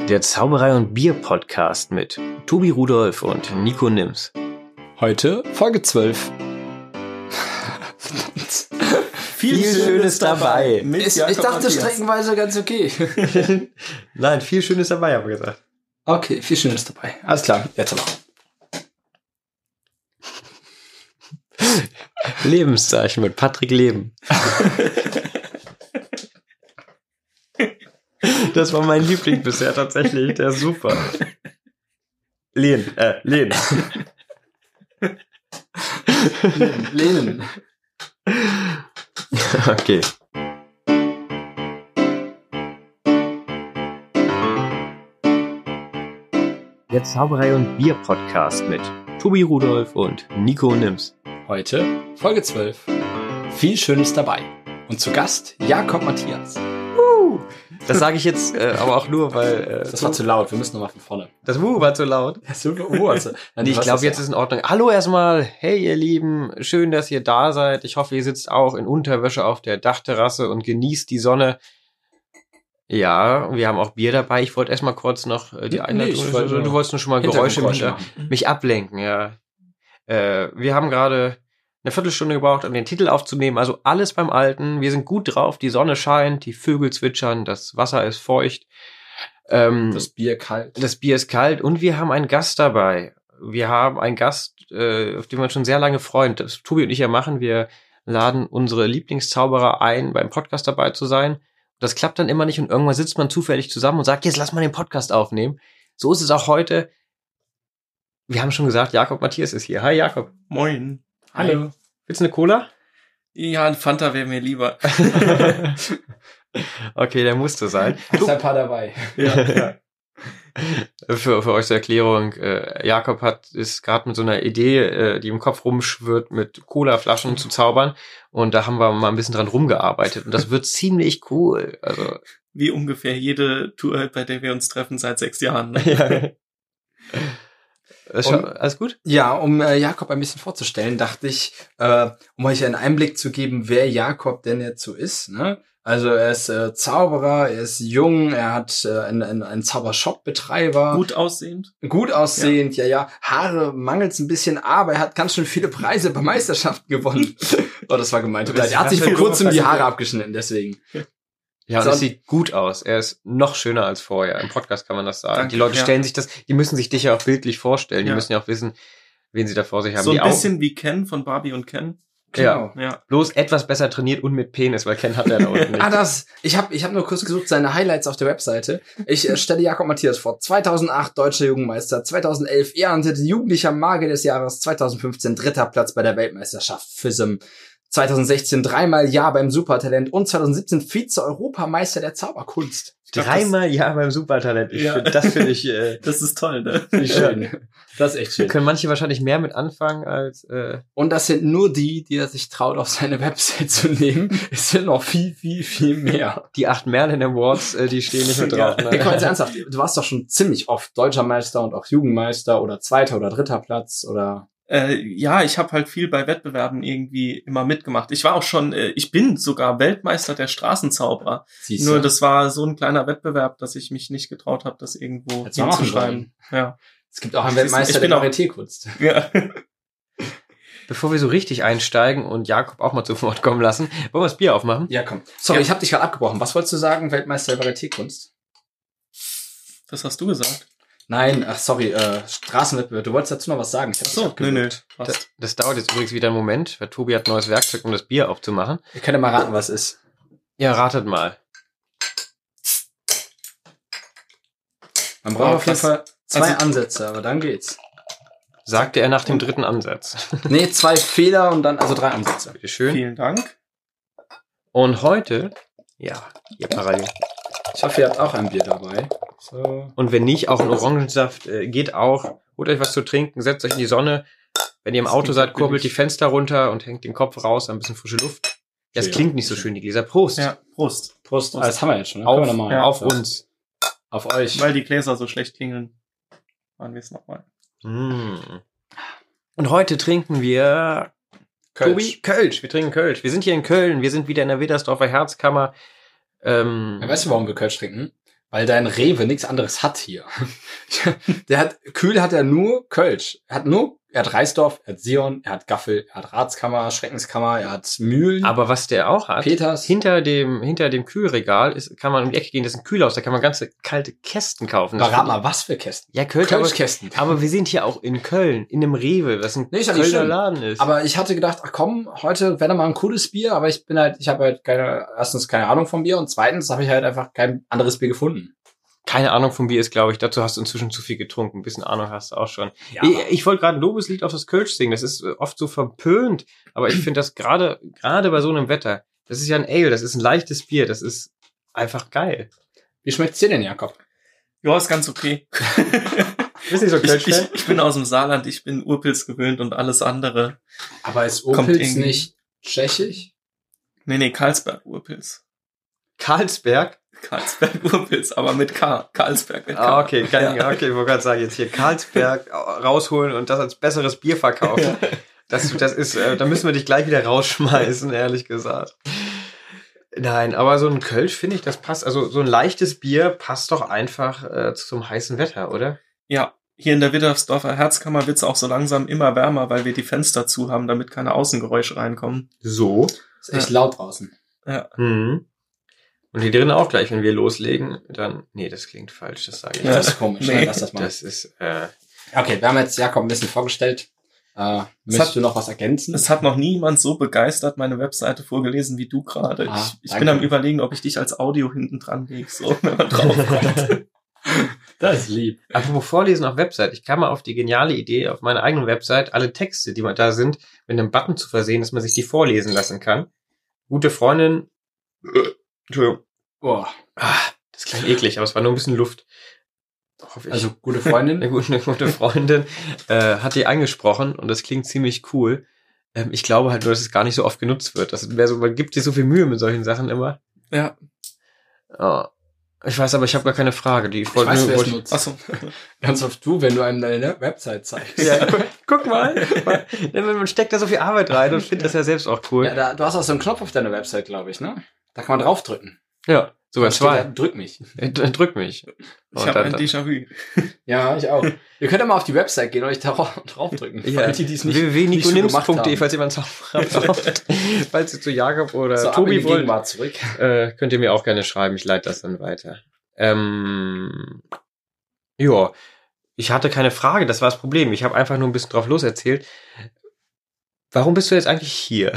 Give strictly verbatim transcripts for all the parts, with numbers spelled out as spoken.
Der Zauberei und Bier Podcast mit Tobi Rudolph und Nico Nims. Heute Folge zwölf. Viel, viel Schönes dabei. Ich, ich dachte streckenweise ganz okay. Nein, viel Schönes dabei, habe ich gesagt. Okay, viel Schönes dabei. Alles klar, jetzt aber. Lebenszeichen mit Patrick Leben. Das war mein Liebling bisher tatsächlich, der ist super. Lehn, äh, Lehn. Lehnen. Okay. Der Zauberei und Bier Podcast mit Tobi Rudolph und Nico Nims. Heute Folge zwölf. Viel Schönes dabei. Und zu Gast Jakob Matthias. Uh, das sage ich jetzt äh, aber auch nur, weil... Äh, das war zu laut, wir müssen nochmal von vorne. Das Wuh war zu laut. Das uh, also, nee, ich glaube, jetzt ja. Ist in Ordnung. Hallo erstmal. Hey ihr Lieben, schön, dass ihr da seid. Ich hoffe, ihr sitzt auch in Unterwäsche auf der Dachterrasse und genießt die Sonne. Ja, wir haben auch Bier dabei. Ich wollte erstmal kurz noch äh, die Einleitung... Nee, wollte du, du wolltest nur schon mal Geräusche hinter mich ablenken, ja. Äh, wir haben gerade eine Viertelstunde gebraucht, um den Titel aufzunehmen. Also alles beim Alten. Wir sind gut drauf. Die Sonne scheint, die Vögel zwitschern, das Wasser ist feucht. Ähm, das Bier kalt. Das Bier ist kalt und wir haben einen Gast dabei. Wir haben einen Gast, äh, auf den wir uns schon sehr lange freuen. Das Tobi und ich ja machen. Wir laden unsere Lieblingszauberer ein, beim Podcast dabei zu sein. Das klappt dann immer nicht und irgendwann sitzt man zufällig zusammen und sagt, jetzt lass mal den Podcast aufnehmen. So ist es auch heute. Wir haben schon gesagt, Jakob Matthias ist hier. Hi Jakob. Moin. Hallo. Willst du eine Cola? Ja, ein Fanta wäre mir lieber. Okay, der musste sein. Ist ein paar dabei. Ja, ja. Für, für euch zur Erklärung, äh, Jakob hat ist gerade mit so einer Idee, äh, die im Kopf rumschwirrt, mit Colaflaschen zu zaubern. Und da haben wir mal ein bisschen dran rumgearbeitet. Und das wird ziemlich cool. Also wie ungefähr jede Tour, bei der wir uns treffen seit sechs Jahren. Ne? Ja. Um, alles gut? Ja, um äh, Jakob ein bisschen vorzustellen, dachte ich, äh, um euch einen Einblick zu geben, wer Jakob denn jetzt so ist. Ne? Also er ist äh, Zauberer, er ist jung, er hat äh, einen, einen, einen Zaubershop-Betreiber. Gut aussehend. Gut aussehend, ja, ja. ja. Haare mangelt's ein bisschen, aber er hat ganz schön viele Preise bei Meisterschaften gewonnen. Oh, das war gemeint. Er hat sich vor kurzem die Haare abgeschnitten, deswegen. Ja, und es sieht gut aus. Er ist noch schöner als vorher. Im Podcast kann man das sagen. Danke, die Leute ja. stellen sich das, die müssen sich dich ja auch bildlich vorstellen. Die ja. müssen ja auch wissen, wen sie da vor sich haben. So ein die bisschen Augen. Wie Ken von Barbie und Ken. Genau. Ja. ja. Bloß etwas besser trainiert und mit Penis, weil Ken hat er da unten nicht. Ah, das. Ich habe ich hab nur kurz gesucht, seine Highlights auf der Webseite. Ich äh, stelle Jakob Matthias vor. zweitausendacht Deutscher Jugendmeister, zweitausendelf Ehrenamtete Jugendlicher Magier des Jahres, zweitausendfünfzehn dritter Platz bei der Weltmeisterschaft F I S M. zweitausendsechzehn dreimal Ja beim Supertalent und zweitausendsiebzehn Vize-Europameister der Zauberkunst. Dreimal Ja beim Supertalent. Ich ja. find, das finde ich... Äh, das ist toll, ne? Schön. Das ist echt schön. Können manche wahrscheinlich mehr mit anfangen als... Äh und das sind nur die, die er sich traut, auf seine Website zu nehmen. Es sind noch viel, viel, viel mehr. Die acht Merlin Awards, äh, die stehen nicht mit drauf. Ja. Ne? Hey, ernsthaft, du warst doch schon ziemlich oft Deutscher Meister und auch Jugendmeister oder zweiter oder dritter Platz oder... Äh, ja, ich habe halt viel bei Wettbewerben irgendwie immer mitgemacht. Ich war auch schon, äh, ich bin sogar Weltmeister der Straßenzauberer. Siehst Nur du? Das war so ein kleiner Wettbewerb, dass ich mich nicht getraut habe, das irgendwo Jetzt hinzuschreiben. Ja. Es gibt auch einen Weltmeister der Varietékunst. Ja. Bevor wir so richtig einsteigen und Jakob auch mal zu Wort kommen lassen, wollen wir das Bier aufmachen? Ja, komm. Sorry, ja. Ich habe dich gerade abgebrochen. Was wolltest du sagen, Weltmeister der Varietékunst? Das hast du gesagt. Nein, ach sorry, äh, Straßenwettbewerb. Du wolltest dazu noch was sagen. Ich hab so, nö, nö. Das, das dauert jetzt übrigens wieder einen Moment, weil Tobi hat neues Werkzeug, um das Bier aufzumachen. Ihr könnt ja mal raten, was ist. Ja, ratet mal. Man braucht oh, auf jeden Fall zwei also, Ansätze, aber dann geht's. Sagte er nach dem dritten Ansatz. Nee, zwei Fehler und dann, also drei Ansätze. Bitte schön. Vielen Dank. Und heute, ja, ihr parallel. Ich hoffe, ihr habt auch ein Bier dabei. So. Und wenn nicht, auch ein Orangensaft äh, geht auch. Holt euch was zu trinken, setzt euch in die Sonne. Wenn ihr im das Auto seid, kurbelt die Fenster runter und hängt den Kopf raus, ein bisschen frische Luft. Ja, es ja, klingt nicht so schön, die Gläser. Prost. Ja, Prost. Prost. Ah, das haben wir jetzt schon. Ne? Auf, wir mal. Ja, auf uns. Auf euch. Weil die Gläser so schlecht klingeln. Machen wir es nochmal. Mm. Und heute trinken wir Kölsch. Tobi, Kölsch. Wir trinken Kölsch. Wir sind hier in Köln. Wir sind wieder in der Widdersdorfer Herzkammer. Ähm, ja, weißt du, warum wir Kölsch trinken? Weil dein Rewe nichts anderes hat hier. Der hat, Kühl hat er nur Kölsch. Er hat nur, er hat Reisdorf, er hat Sion, er hat Gaffel, er hat Ratskammer, Schreckenskammer, er hat Mühlen. Aber was der auch hat, Peters. hinter dem, hinter dem Kühlregal ist, kann man um die Ecke gehen, das ist ein Kühlhaus, da kann man ganze kalte Kästen kaufen. Aber rat mal, was für Kästen? Ja, Kölsch, Kölschkästen. Aber, aber wir sind hier auch in Köln, in einem Rewe, was ein Nee, ist ja Kölner nicht schlimm. Laden ist. Aber ich hatte gedacht, ach komm, heute wäre mal ein cooles Bier, aber ich bin halt, ich habe halt keine, erstens keine Ahnung vom Bier und zweitens habe ich halt einfach kein anderes Bier gefunden. Keine Ahnung vom Bier ist, glaube ich. Dazu hast du inzwischen zu viel getrunken. Ein bisschen Ahnung hast du auch schon. Ja. Ich, ich wollte gerade ein Lobeslied auf das Kölsch singen. Das ist oft so verpönt. Aber ich finde das gerade gerade bei so einem Wetter. Das ist ja ein Ale. Das ist ein leichtes Bier. Das ist einfach geil. Wie schmeckt's dir denn, Jakob? Ja, ist ganz okay. Bist nicht so ich, ich, ich bin aus dem Saarland. Ich bin Urpilz gewöhnt und alles andere. Aber ist Kommt Urpilz irgendwie- nicht tschechisch? Nee, nee, Karlsberg Urpilz. Karlsberg? Karlsberg Urpilz, aber mit K. Karlsberg mit K. Ah, okay. Kann, Ja. okay, ich wollte gerade sagen, jetzt hier Karlsberg rausholen und das als besseres Bier verkaufen. Das, das ist, äh, da müssen wir dich gleich wieder rausschmeißen, ehrlich gesagt. Nein, aber so ein Kölsch, finde ich, das passt. Also so ein leichtes Bier passt doch einfach äh, zum heißen Wetter, oder? Ja, hier in der Widdersdorfer Herzkammer wird's auch so langsam immer wärmer, weil wir die Fenster zu haben, damit keine Außengeräusche reinkommen. So. Ist echt laut draußen. Ja. Mhm. Und hier drinnen auch gleich, wenn wir loslegen, dann, nee, das klingt falsch, das sage ich. Ja. Das ist komisch, Nee. ne? Lass das mal. Das ist, äh, Okay, wir haben jetzt Jakob ein bisschen vorgestellt. Äh, möchtest hat- du noch was ergänzen? Es hat noch niemand so begeistert meine Webseite vorgelesen wie du gerade. Ah, ich ich danke. bin am Überlegen, ob ich dich als Audio hinten dran lege, so, wenn man drauf kommt. Das ist lieb. apropos Vorlesen auf Website. Ich kam mal auf die geniale Idee, auf meiner eigenen Website alle Texte, die man da sind, mit einem Button zu versehen, dass man sich die vorlesen lassen kann. Gute Freundin, äh, Entschuldigung, Boah. ah, das klingt eklig, aber es war nur ein bisschen Luft. Hoffe ich. Also, gute Freundin. Eine gute, eine gute Freundin äh, hat die angesprochen und das klingt ziemlich cool. Ähm, ich glaube halt nur, dass es gar nicht so oft genutzt wird. Das wäre so, man gibt sich so viel Mühe mit solchen Sachen immer. Ja. Oh. Ich weiß aber, ich habe gar keine Frage. Die Ich weiß, wer es nutzt. Achso. Ganz oft du, wenn du einem deine Website zeigst. Ja, guck mal. Man steckt da so viel Arbeit rein und findet das ja selbst auch cool. Ja, da, du hast auch so einen Knopf auf deiner Website, glaube ich, ne? Da kann man draufdrücken. Ja, sogar Da steht da, zwei. drück mich. Äh, Drück mich. Ich Und habe dann- ein Déjà-vu. Ja, ich auch. Ihr könnt ja mal auf die Website gehen und euch da draufdrücken. Ja, Falls die dies nicht, w w w nicht schon gemacht punkt de, haben. falls jemand Zauberer braucht. Falls ihr zu Jakob oder So, ab in die Tobi wollt, Gegenwart zurück. äh, könnt ihr mir auch gerne schreiben. Ich leite das dann weiter. Ähm, ja, ich hatte keine Frage, das war das Problem. Ich habe einfach nur ein bisschen drauf loserzählt. Warum bist du jetzt eigentlich hier?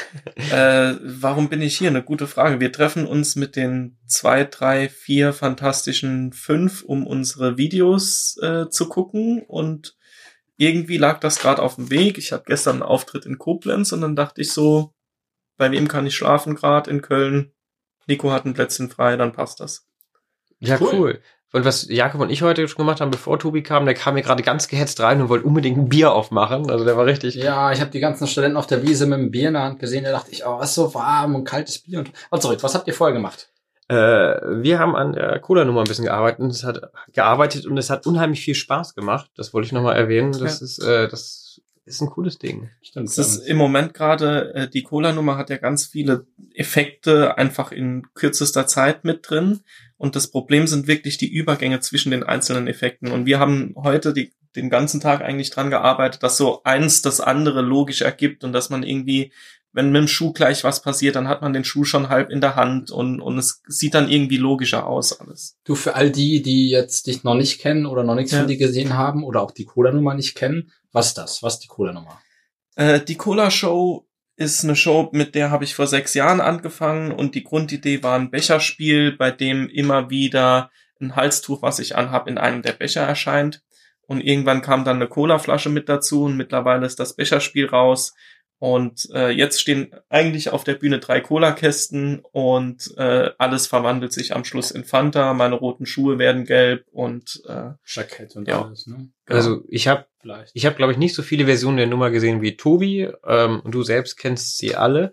Äh, warum bin ich hier? Eine gute Frage. Wir treffen uns mit den zwei, drei, vier fantastischen fünf, um unsere Videos äh, zu gucken. Und irgendwie lag das gerade auf dem Weg. Ich hatte gestern einen Auftritt in Koblenz und dann dachte ich so, bei wem kann ich schlafen gerade in Köln? Nico hat ein Plätzchen frei, dann passt das. Ja, Cool. cool. Und was Jakob und ich heute schon gemacht haben, bevor Tobi kam, der kam mir gerade ganz gehetzt rein und wollte unbedingt ein Bier aufmachen. Also der war richtig... Ja, ich habe die ganzen Studenten auf der Wiese mit dem Bier in der Hand gesehen. Da dachte ich, oh, was ist so warm und kaltes Bier. Und oh, zurück, was habt ihr vorher gemacht? Äh, wir haben an der Cola-Nummer ein bisschen gearbeitet und es hat gearbeitet und es hat unheimlich viel Spaß gemacht. Das wollte ich nochmal erwähnen. Das Ja. ist, äh, das ist ein cooles Ding. Stimmt. Es ist im Moment gerade, äh, die Cola-Nummer hat ja ganz viele Effekte einfach in kürzester Zeit mit drin. Und das Problem sind wirklich die Übergänge zwischen den einzelnen Effekten. Und wir haben heute die, den ganzen Tag eigentlich dran gearbeitet, dass so eins das andere logisch ergibt und dass man irgendwie, wenn mit dem Schuh gleich was passiert, dann hat man den Schuh schon halb in der Hand und, und es sieht dann irgendwie logischer aus alles. Du, für all die, die jetzt dich noch nicht kennen oder noch nichts Ja. von dir gesehen haben oder auch die Cola-Nummer nicht kennen, was ist das? Was ist die Cola-Nummer? Äh, die Cola-Show ist eine Show, mit der habe ich vor sechs Jahren angefangen und die Grundidee war ein Becherspiel, bei dem immer wieder ein Halstuch, was ich anhab, in einem der Becher erscheint. Und irgendwann kam dann eine Cola-Flasche mit dazu und mittlerweile ist das Becherspiel raus. Und äh, jetzt stehen eigentlich auf der Bühne drei Cola-Kästen und äh, alles verwandelt sich am Schluss in Fanta. Meine roten Schuhe werden gelb und äh, Jackett und Ja. alles, ne? Also ich habe, Vielleicht. ich habe, glaube ich, nicht so viele Versionen der Nummer gesehen wie Tobi. Ähm, und du selbst kennst sie alle.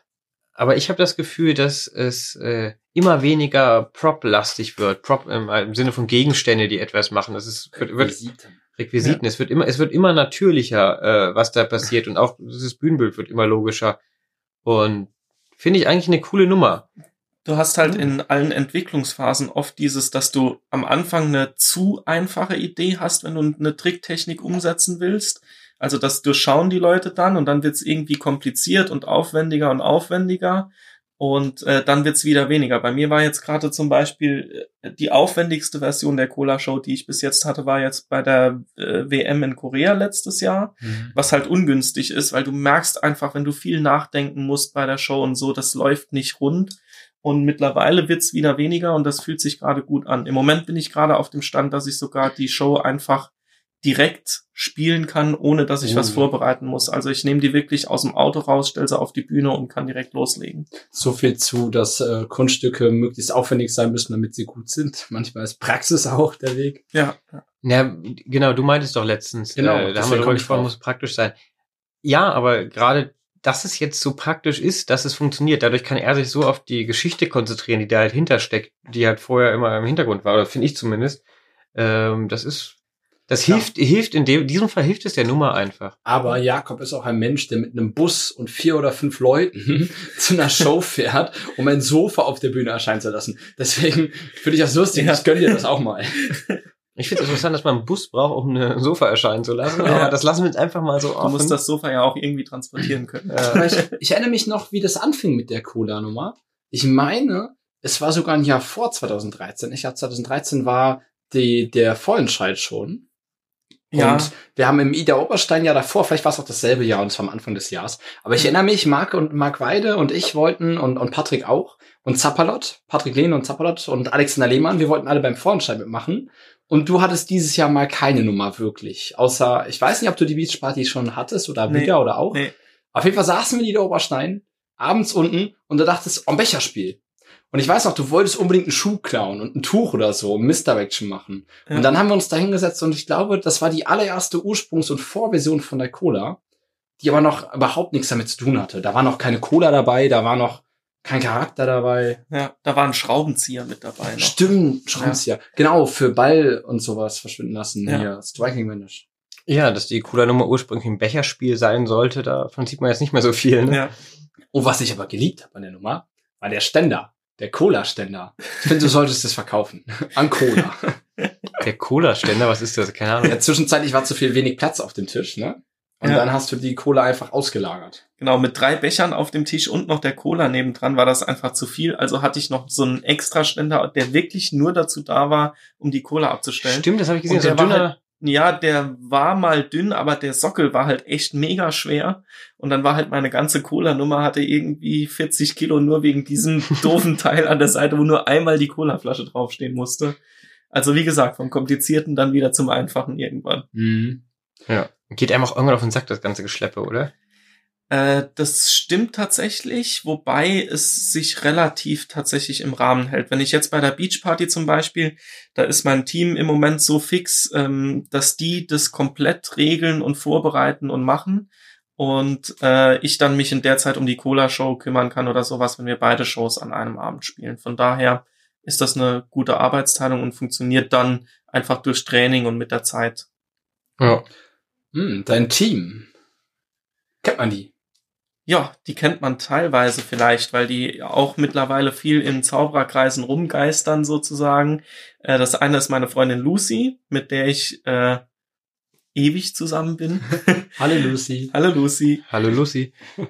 Aber ich habe das Gefühl, dass es äh, immer weniger Prop-lastig wird. Prop im, im Sinne von Gegenstände, die etwas machen. Das ist wird, wird Requisiten. Requisiten. Es wird immer, es wird immer natürlicher, äh, was da passiert und auch das Bühnenbild wird immer logischer. Und finde ich eigentlich eine coole Nummer. Du hast halt in allen Entwicklungsphasen oft dieses, dass du am Anfang eine zu einfache Idee hast, wenn du eine Tricktechnik umsetzen willst. Also das durchschauen die Leute dann und dann wird's irgendwie kompliziert und aufwendiger und aufwendiger und äh, dann wird's wieder weniger. Bei mir war jetzt gerade zum Beispiel äh, die aufwendigste Version der Cola-Show, die ich bis jetzt hatte, war jetzt bei der äh, W M in Korea letztes Jahr, mhm. was halt ungünstig ist, weil du merkst einfach, wenn du viel nachdenken musst bei der Show und so, das läuft nicht rund. Und mittlerweile wird's wieder weniger und das fühlt sich gerade gut an. Im Moment bin ich gerade auf dem Stand, dass ich sogar die Show einfach direkt spielen kann, ohne dass ich oh. was vorbereiten muss. Also ich nehme die wirklich aus dem Auto raus, stelle sie auf die Bühne und kann direkt loslegen. So viel zu, dass äh, Kunststücke möglichst aufwendig sein müssen, damit sie gut sind. Manchmal ist Praxis auch der Weg. Ja. Ja, genau, du meintest doch letztens, genau, äh, da haben wir drüber gesprochen, muss praktisch sein. Ja, aber gerade dass es jetzt so praktisch ist, dass es funktioniert. Dadurch kann er sich so auf die Geschichte konzentrieren, die da halt hintersteckt, die halt vorher immer im Hintergrund war, oder finde ich zumindest. Ähm, das ist, das ja. hilft, hilft in dem, diesem Fall hilft es der Nummer einfach. Aber Jakob ist auch ein Mensch, der mit einem Bus und vier oder fünf Leuten zu einer Show fährt, um ein Sofa auf der Bühne erscheinen zu lassen. Deswegen finde ich das lustig. Ja. Ich gönne dir das auch mal. Ich finde es interessant, dass man einen Bus braucht, um ein Sofa erscheinen zu lassen. Aber ja. das lassen wir jetzt einfach mal so offen. Du musst das Sofa ja auch irgendwie transportieren können. Ja. Ich, ich erinnere mich noch, wie das anfing mit der Cola-Nummer. Ich meine, es war sogar ein Jahr vor zwanzig dreizehn. Ich glaube, zwanzig dreizehn war die, der Vorentscheid schon. Ja. Und wir haben im Ida Oberstein ja davor, vielleicht war es auch dasselbe Jahr, und zwar am Anfang des Jahres. Aber ich erinnere mich, Marc und Marc Weide und ich wollten, und, und Patrick auch, und Zappalot, Patrick Lehn und Zappalot und Alexander Lehmann, wir wollten alle beim Vorentscheid mitmachen. Und du hattest dieses Jahr mal keine Nummer wirklich. Außer, ich weiß nicht, ob du die Beach Party schon hattest oder nee, wieder oder auch. Nee. Auf jeden Fall saßen wir in Ida Oberstein, abends unten, und du dachtest, oh, ein Becherspiel. Und ich weiß noch, du wolltest unbedingt einen Schuh klauen und ein Tuch oder so, um Misdirection machen. Ja. Und dann haben wir uns da hingesetzt und ich glaube, das war die allererste Ursprungs- und Vorversion von der Cola, die aber noch überhaupt nichts damit zu tun hatte. Da war noch keine Cola dabei, da war noch kein Charakter dabei. Ja, da war ein Schraubenzieher mit dabei. Noch. Stimmt, Schraubenzieher. Ja. Genau, für Ball und sowas verschwinden lassen. Ja. Hier, Striking Vanish. Ja, dass die Cola-Nummer ursprünglich ein Becherspiel sein sollte, davon sieht man jetzt nicht mehr so viel. Ne? Ja. Oh, was ich aber geliebt habe an der Nummer, war der Ständer. Der Cola-Ständer. Ich finde, du solltest das verkaufen. An Cola. Der Cola-Ständer, was ist das? Keine Ahnung. Ja, zwischenzeitlich war zu viel wenig Platz auf dem Tisch, ne? Und ja. dann hast du die Cola einfach ausgelagert. Genau, mit drei Bechern auf dem Tisch und noch der Cola nebendran war das einfach zu viel. Also hatte ich noch so einen Extra-Ständer, der wirklich nur dazu da war, um die Cola abzustellen. Stimmt, das habe ich gesehen. Und der war halt, ja, der war mal dünn, aber der Sockel war halt echt mega schwer. Und dann war halt meine ganze Cola-Nummer, hatte irgendwie vierzig Kilo nur wegen diesem doofen Teil an der Seite, wo nur einmal die Colaflasche draufstehen musste. Also wie gesagt, vom Komplizierten dann wieder zum Einfachen irgendwann. Mhm. Ja. Geht einem auch irgendwann auf den Sack, das ganze Geschleppe, oder? Äh, das stimmt tatsächlich, wobei es sich relativ tatsächlich im Rahmen hält. Wenn ich jetzt bei der Beach Party zum Beispiel, da ist mein Team im Moment so fix, ähm, dass die das komplett regeln und vorbereiten und machen und äh, ich dann mich in der Zeit um die Cola-Show kümmern kann oder sowas, wenn wir beide Shows an einem Abend spielen. Von daher ist das eine gute Arbeitsteilung und funktioniert dann einfach durch Training und mit der Zeit. Ja. Hm, dein Team. Kennt man die? Ja, die kennt man teilweise vielleicht, weil die auch mittlerweile viel in Zaubererkreisen rumgeistern sozusagen. Äh, das eine ist meine Freundin Lucy, mit der ich äh, ewig zusammen bin. Hallo Lucy. Hallo Lucy. Hallo Lucy.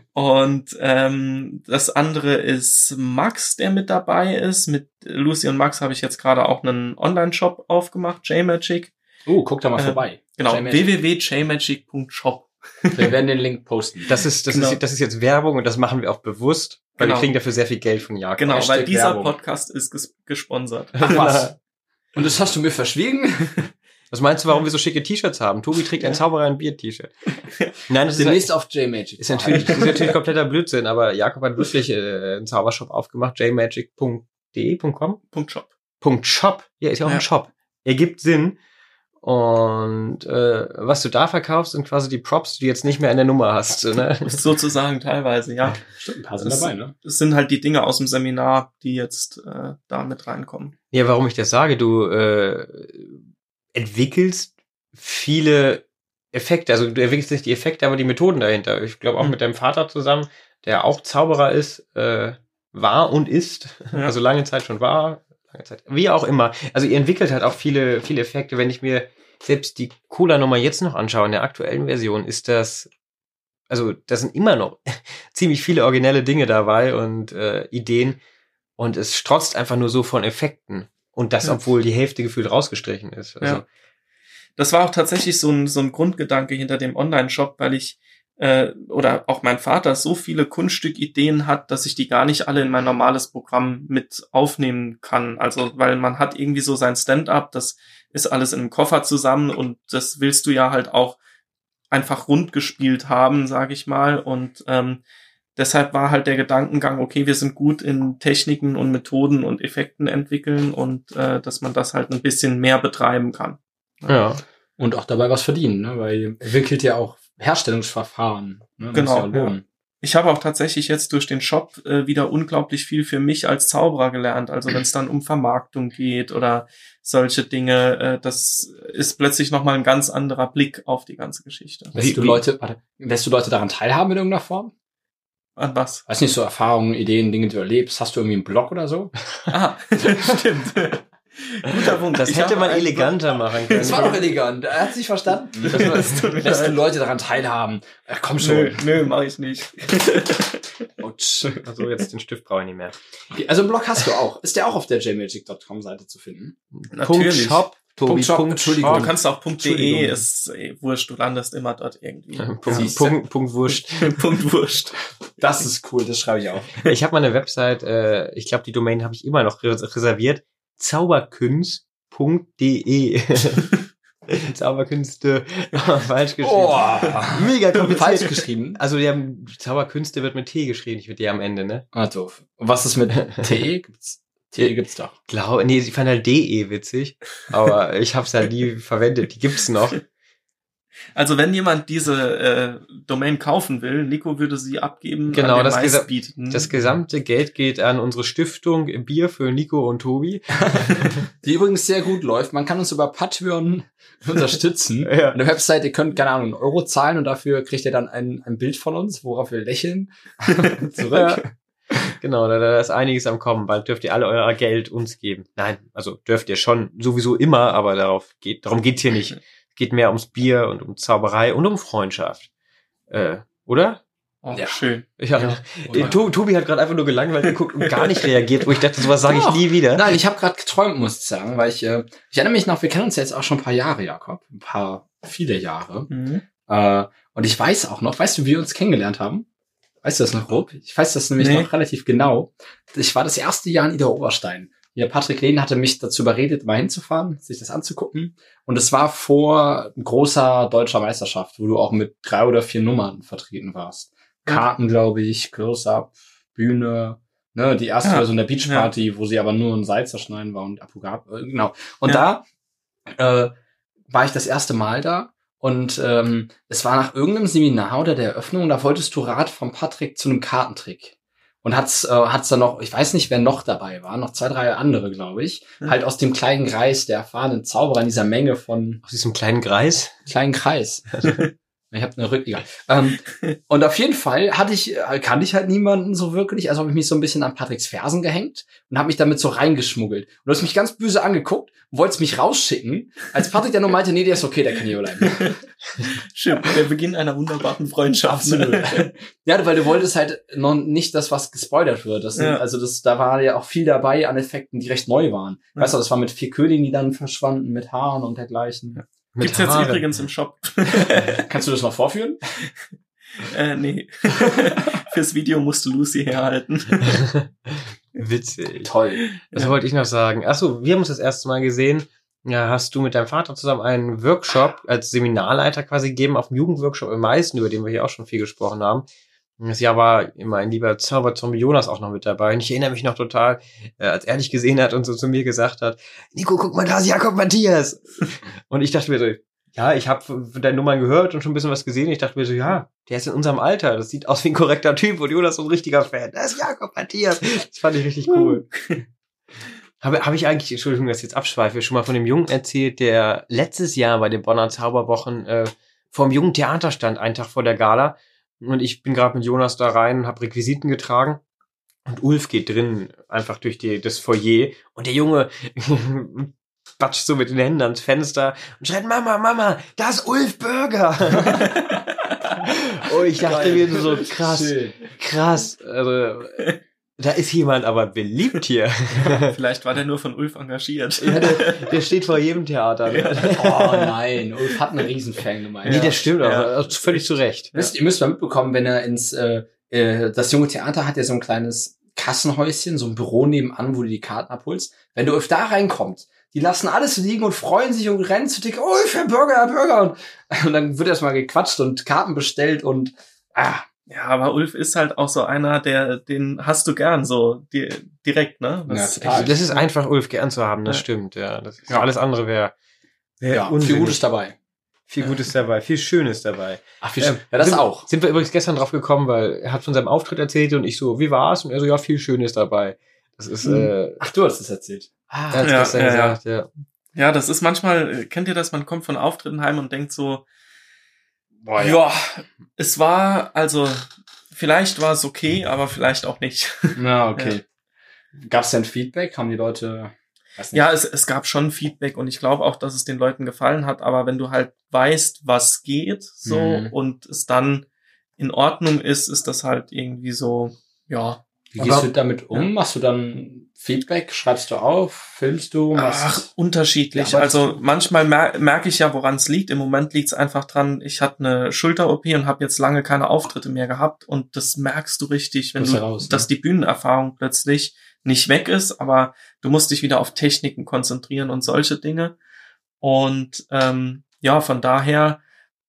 Und ähm, das andere ist Max, der mit dabei ist. Mit Lucy und Max habe ich jetzt gerade auch einen Online-Shop aufgemacht, J-Magic. Oh, guck da mal äh, vorbei. Genau, w w w punkt j magic punkt shop. Wir werden den Link posten. Das ist, das genau. ist, das ist jetzt Werbung und das machen wir auch bewusst, weil genau. wir kriegen dafür sehr viel Geld von Jakob. Genau, weil dieser Werbung. Podcast ist ges- gesponsert. Ach was. Und das hast du mir verschwiegen? Was meinst du, warum wir so schicke T-Shirts haben? Tobi trägt ein Zauberer ein Bier-T-Shirt. Nein, das Demnächst ist auf J-Magic. Ist natürlich, das ist natürlich kompletter Blödsinn, aber Jakob hat wirklich äh, einen Zaubershop aufgemacht, j magic punkt d e punkt com Punkt .shop. Punkt .shop. Ja, ist ja auch ja. ein Shop. Ergibt Sinn. Und äh, was du da verkaufst, sind quasi die Props, die du jetzt nicht mehr in der Nummer hast. Ne? Sozusagen teilweise, ja. Stimmt, ein paar sind das, dabei, ne? Das sind halt die Dinge aus dem Seminar, die jetzt äh, da mit reinkommen. Ja, warum ich das sage, du äh, entwickelst viele Effekte, also du entwickelst nicht die Effekte, aber die Methoden dahinter. Ich glaube auch mhm. mit deinem Vater zusammen, der auch Zauberer ist, äh, war und ist, ja. also lange Zeit schon war, lange Zeit, wie auch immer. Also ihr entwickelt halt auch viele, viele Effekte. Wenn ich mir selbst die Cola-Nummer jetzt noch anschaue, in der aktuellen Version, ist das, also da sind immer noch ziemlich viele originelle Dinge dabei und äh, Ideen und es strotzt einfach nur so von Effekten. Und das, ja. obwohl die Hälfte gefühlt rausgestrichen ist. Also. Ja. Das war auch tatsächlich so ein, so ein Grundgedanke hinter dem Online-Shop, weil ich äh, oder auch mein Vater so viele Kunststückideen hat, dass ich die gar nicht alle in mein normales Programm mit aufnehmen kann. Also, weil man hat irgendwie so sein Stand-up, das ist alles in einem Koffer zusammen und das willst du ja halt auch einfach rund gespielt haben, sag ich mal. Und ähm, deshalb war halt der Gedankengang, okay, wir sind gut in Techniken und Methoden und Effekten entwickeln und äh, dass man das halt ein bisschen mehr betreiben kann. Ja. Und auch dabei was verdienen, ne? Weil ihr entwickelt ja auch Herstellungsverfahren. Ne? Genau. Ja. Ich habe auch tatsächlich jetzt durch den Shop äh, wieder unglaublich viel für mich als Zauberer gelernt. Also wenn es dann um Vermarktung geht oder solche Dinge, äh, das ist plötzlich nochmal ein ganz anderer Blick auf die ganze Geschichte. Lässt du Leute, warte, lässt du Leute daran teilhaben in irgendeiner Form? An was? Weiß nicht, so Erfahrungen, Ideen, Dinge, die du erlebst. Hast du irgendwie einen Blog oder so? Ah, stimmt. Guter Punkt. Das ich hätte man eleganter machen können. Das war doch elegant. Er hat sich verstanden. Lässt du Leute daran teilhaben? Ach, komm schon. Nö, nö, mach ich nicht. Also jetzt den Stift brauche ich nicht mehr. Okay, also einen Blog hast du auch. Ist der auch auf der j magic dot com Seite zu finden? Natürlich. Shop. Tobi, Punkt Shop. Punkt Entschuldigung. Shop. Du kannst auch .de, ist eh, wurscht, du landest immer dort irgendwie. Punkt, Punkt, Punkt Wurscht. Punkt Wurscht. Das ist cool, das schreibe ich auf. Ich habe meine Website, äh, ich glaube, die Domain habe ich immer noch reserviert. zauberkünst punkt de Zauberkünste falsch geschrieben. Oh, mega kompliziert. Falsch geschrieben. Also die haben, Zauberkünste wird mit T geschrieben, nicht mit D am Ende, ne? Ah, doof. Und was ist mit T? Gibt's? T gibt's doch. Glaube, nee, ich fand halt D E witzig, aber ich hab's halt nie verwendet. Die gibt's noch. Also wenn jemand diese äh, Domain kaufen will, Nico würde sie abgeben. Genau, an den das, gesa- bieten. das gesamte Geld geht an unsere Stiftung Bier für Nico und Tobi. Die übrigens sehr gut läuft. Man kann uns über Patreon unterstützen. Ja. An der Website, ihr könnt, keine Ahnung, einen Euro zahlen und dafür kriegt ihr dann ein, ein Bild von uns, worauf wir lächeln. Zurück. Ja. Genau, da, da ist einiges am Kommen. Bald dürft ihr alle euer Geld uns geben. Nein, also dürft ihr schon sowieso immer, aber darauf geht, darum geht's hier nicht. Geht mehr ums Bier und um Zauberei und um Freundschaft. Äh, oder? Oh, ja. Schön. Ja. Ja. To- Tobi hat gerade einfach nur gelangweilt geguckt und gar nicht reagiert, wo ich dachte, sowas sage ich nie wieder. Nein, ich habe gerade geträumt, muss ich sagen, weil ich, äh, ich erinnere mich noch, wir kennen uns ja jetzt auch schon ein paar Jahre, Jakob. Ein paar, viele Jahre. Mhm. Äh, und ich weiß auch noch, weißt du, wie wir uns kennengelernt haben? Weißt du das noch, Rob? Ich weiß das nämlich nee. noch relativ genau. Ich war das erste Jahr in Ida Oberstein. Ja, Patrick Lehn hatte mich dazu überredet, mal hinzufahren, sich das anzugucken. Und es war vor großer deutscher Meisterschaft, wo du auch mit drei oder vier Nummern vertreten warst. Karten, glaube ich, Close-Up, Bühne, ne, die erste ja. Version der Beachparty, ja. wo sie aber nur ein Seil zerschneiden war und Apogab, äh, genau. Und ja. da äh, war ich das erste Mal da. Und ähm, es war nach irgendeinem Seminar oder der Eröffnung, da wolltest du Rat von Patrick zu einem Kartentrick. Und hat's äh, hat's dann noch, ich weiß nicht, wer noch dabei war, noch zwei, drei andere, glaube ich, ja. halt aus dem kleinen Kreis der erfahrenen Zauberer in dieser Menge von... Aus diesem kleinen Kreis? Kleinen Kreis. Ich habe eine Rückliga. Ähm, und auf jeden Fall hatte ich, kannte ich halt niemanden so wirklich, also habe ich mich so ein bisschen an Patricks Fersen gehängt und habe mich damit so reingeschmuggelt. Und du hast mich ganz böse angeguckt und wolltest mich rausschicken, als Patrick dann nur meinte, nee, der ist okay, der kann hier bleiben. Schön, der Beginn einer wunderbaren Freundschaft. Absolut. Ja, weil du wolltest halt noch nicht das, was gespoilert wird. Das sind, ja. Also das, da war ja auch viel dabei an Effekten, die recht neu waren. Ja. Weißt du, das war mit vier Königen, die dann verschwanden, mit Haaren und dergleichen. Ja. Gibt's jetzt übrigens im Shop. Kannst du das mal vorführen? äh, nee. Fürs Video musst du Lucy herhalten. Witzig. Toll. Was ja. wollte ich noch sagen? Ach so, wir haben uns das erste Mal gesehen. Ja, hast du mit deinem Vater zusammen einen Workshop als Seminarleiter quasi gegeben auf dem Jugendworkshop im Meißen, über den wir hier auch schon viel gesprochen haben. Das Jahr war immer ein lieber Zauberzombie Jonas auch noch mit dabei. Und ich erinnere mich noch total, äh, als er dich gesehen hat und so zu mir gesagt hat, Nico, guck mal, da ist Jakob Matthias. Und ich dachte mir so, ja, ich habe von deinen Nummern gehört und schon ein bisschen was gesehen. Ich dachte mir so, ja, der ist in unserem Alter. Das sieht aus wie ein korrekter Typ. Und Jonas ist so ein richtiger Fan. Das ist Jakob Matthias. Das fand ich richtig cool. Habe hab ich eigentlich, Entschuldigung, dass ich jetzt abschweife, schon mal von dem Jungen erzählt, der letztes Jahr bei den Bonner Zauberwochen äh, vor dem Jungen Theater stand, einen Tag vor der Gala. Und ich bin gerade mit Jonas da rein und habe Requisiten getragen. Und Ulf geht drin einfach durch die, das Foyer und der Junge batscht so mit den Händen ans Fenster und schreit, Mama, Mama, da ist Ulf Burger. Oh, ich dachte mir so, krass, Schön. krass. Also, da ist jemand aber beliebt hier. Vielleicht war der nur von Ulf engagiert. Ja, der, der steht vor jedem Theater. Ne? Oh nein, Ulf hat einen Riesenfan gemeint. Nee, das stimmt ja. auch. Völlig zu Recht. Wisst, ihr müsst mal mitbekommen, wenn er ins, äh, äh, das junge Theater hat ja so ein kleines Kassenhäuschen, so ein Büro nebenan, wo du die Karten abholst. Wenn du Ulf da reinkommst, die lassen alles liegen und freuen sich und rennen zu dir, oh, Herr Burger, Herr Burger. Und, und dann wird erstmal gequatscht und Karten bestellt und, ah. Ja, aber Ulf ist halt auch so einer, der, den hast du gern so di- direkt, ne? Das, ja, total. Das ist einfach, Ulf gern zu haben, das ja. stimmt, ja. Das ist, ja. Alles andere wäre wär ja, viel Gutes dabei. Viel Gutes dabei, viel Schönes dabei. Ach, viel ähm, Ja, das sind, auch. Sind wir übrigens gestern drauf gekommen, weil er hat von seinem Auftritt erzählt und ich so, wie war's? Und er so, ja, viel Schönes dabei. Das ist, mhm. äh, Ach, du hast es erzählt. Ah, er hat's ja, gestern ja, gesagt, ja. ja. Ja, das ist manchmal, kennt ihr das, man kommt von Auftritten heim und denkt so, boah, ja. ja, es war, also, vielleicht war es okay, aber vielleicht auch nicht. Na, okay. Ja. Gab's denn Feedback? Haben die Leute... Ja, es, es gab schon Feedback und ich glaube auch, dass es den Leuten gefallen hat, aber wenn du halt weißt, was geht, so, mhm. und es dann in Ordnung ist, ist das halt irgendwie so, ja. Wie gehst aber, du damit um? Ja. Machst du dann Feedback? Schreibst du auf? Filmst du? Ach, unterschiedlich. Ja, also manchmal mer- merke ich ja, woran es liegt. Im Moment liegt es einfach dran, ich hatte eine Schulter-O P und habe jetzt lange keine Auftritte mehr gehabt und das merkst du richtig, wenn du, raus, dass ne? die Bühnenerfahrung plötzlich nicht weg ist, aber du musst dich wieder auf Techniken konzentrieren und solche Dinge. Und ähm, ja, von daher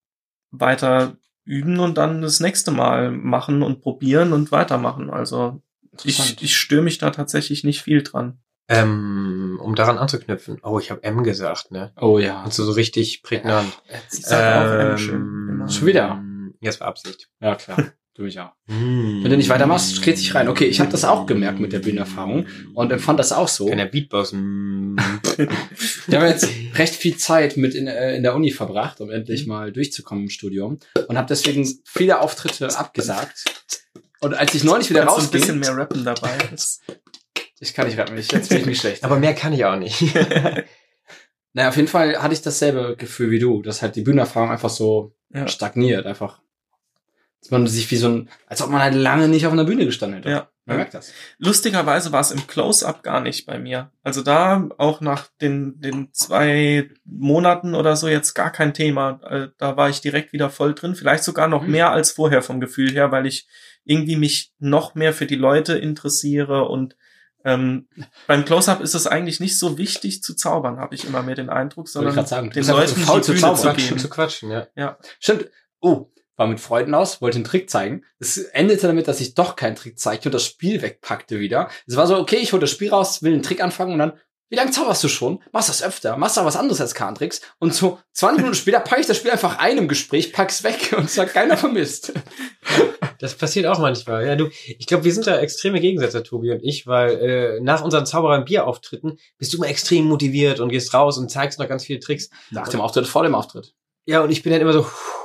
weiter üben und dann das nächste Mal machen und probieren und weitermachen. Also ich, ich störe mich da tatsächlich nicht viel dran. Ähm, um daran anzuknüpfen. Oh, ich habe M gesagt, ne? Oh ja. Und so, so richtig prägnant. Ja, ich sag ähm, auch M schön. Schon wieder? Jetzt war Absicht. Ja, klar. Du mich auch. Mm. Wenn du nicht weitermachst, geht dich rein. Okay, ich habe das auch gemerkt mit der Bühnenerfahrung und empfand das auch so. Kann der Beatbox. Mm. Ich habe jetzt recht viel Zeit mit in, äh, in der Uni verbracht, um endlich mal durchzukommen im Studium und habe deswegen viele Auftritte abgesagt. Und als ich neulich wieder rausging... ein bisschen mehr rappen dabei. Ich kann nicht rappen, ich, jetzt bin ich mich schlecht. Aber mehr kann ich auch nicht. Naja, auf jeden Fall hatte ich dasselbe Gefühl wie du, dass halt die Bühnenerfahrung einfach so ja. stagniert, einfach. Dass man sich wie so ein, als ob man halt lange nicht auf einer Bühne gestanden hätte. Ja. Man merkt das. Lustigerweise war es im Close-Up gar nicht bei mir. Also da auch nach den, den zwei Monaten oder so jetzt gar kein Thema. Da war ich direkt wieder voll drin. Vielleicht sogar noch mhm. mehr als vorher vom Gefühl her, weil ich irgendwie mich noch mehr für die Leute interessiere und ähm, beim Close-Up ist es eigentlich nicht so wichtig zu zaubern, habe ich immer mehr den Eindruck, sondern sagen, den Leuten die Bühne zu, zu geben. Zu quatschen, ja. ja. Stimmt. Oh, war mit Freunden aus, wollte einen Trick zeigen. Es endete damit, dass ich doch keinen Trick zeigte und das Spiel wegpackte wieder. Es war so, okay, ich hole das Spiel raus, will einen Trick anfangen und dann, wie lange zauberst du schon? Machst das öfter? Machst du was anderes als Kartentricks? Und so zwanzig Minuten später packe ich das Spiel einfach ein im Gespräch, pack's weg und sag, keiner vermisst. Das passiert auch manchmal. Ja, du, ich glaube, wir sind da extreme Gegensätze, Tobi und ich, weil äh, nach unseren Zauberer- und Bierauftritten bist du immer extrem motiviert und gehst raus und zeigst noch ganz viele Tricks. Nach dem Auftritt, vor dem Auftritt. Ja, und ich bin dann immer so,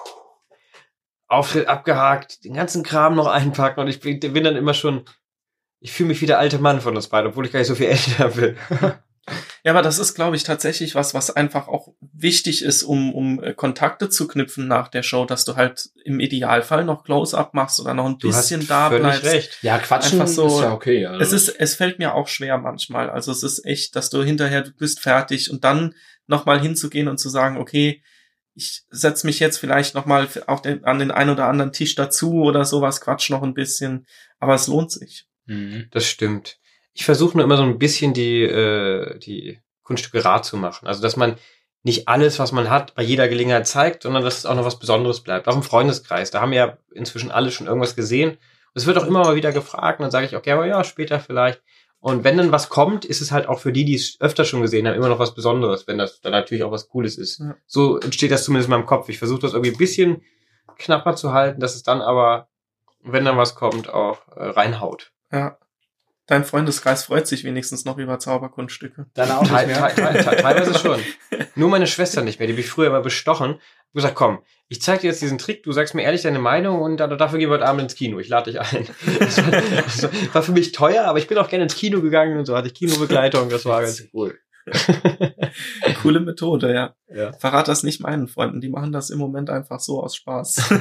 Auftritt abgehakt, den ganzen Kram noch einpacken und ich bin, bin dann immer schon, ich fühle mich wie der alte Mann von uns beiden, obwohl ich gar nicht so viel älter bin. Ja, aber das ist, glaube ich, tatsächlich was, was einfach auch wichtig ist, um, um Kontakte zu knüpfen nach der Show, dass du halt im Idealfall noch Close-Up machst oder noch ein du bisschen hast da bleibst. Recht. Ja, quatschen einfach so, ist ja okay. Also. Es ist, es fällt mir auch schwer manchmal. Also es ist echt, dass du hinterher, du bist fertig und dann nochmal hinzugehen und zu sagen, okay, ich setz mich jetzt vielleicht nochmal auf den, an den einen oder anderen Tisch dazu oder sowas, quatsch noch ein bisschen, aber es lohnt sich. Mhm, das stimmt. Ich versuche nur immer so ein bisschen die, äh, die Kunststücke rar zu machen. Also, dass man nicht alles, was man hat, bei jeder Gelegenheit zeigt, sondern dass es auch noch was Besonderes bleibt. Auch im Freundeskreis. Da haben ja inzwischen alle schon irgendwas gesehen. Und es wird auch immer mal wieder gefragt. Und dann sage ich, okay, aber ja, später vielleicht. Und wenn dann was kommt, ist es halt auch für die, die es öfter schon gesehen haben, immer noch was Besonderes, wenn das dann natürlich auch was Cooles ist. Ja. So entsteht das zumindest in meinem Kopf. Ich versuche das irgendwie ein bisschen knapper zu halten, dass es dann aber, wenn dann was kommt, auch äh, reinhaut. Ja. Dein Freundeskreis freut sich wenigstens noch über Zauberkunststücke. Deine auch nicht mehr? Te- te- te- teilweise schon. Nur meine Schwester nicht mehr. Die habe ich früher immer bestochen. Ich gesagt, komm, ich zeig dir jetzt diesen Trick, du sagst mir ehrlich deine Meinung und dafür gehen wir heute Abend ins Kino. Ich lade dich ein. Das war, das war für mich teuer, aber ich bin auch gerne ins Kino gegangen und so hatte ich Kinobegleitung. Das war ganz cool. Coole Methode, ja. Ja. Verrat das nicht meinen Freunden. Die machen das im Moment einfach so aus Spaß.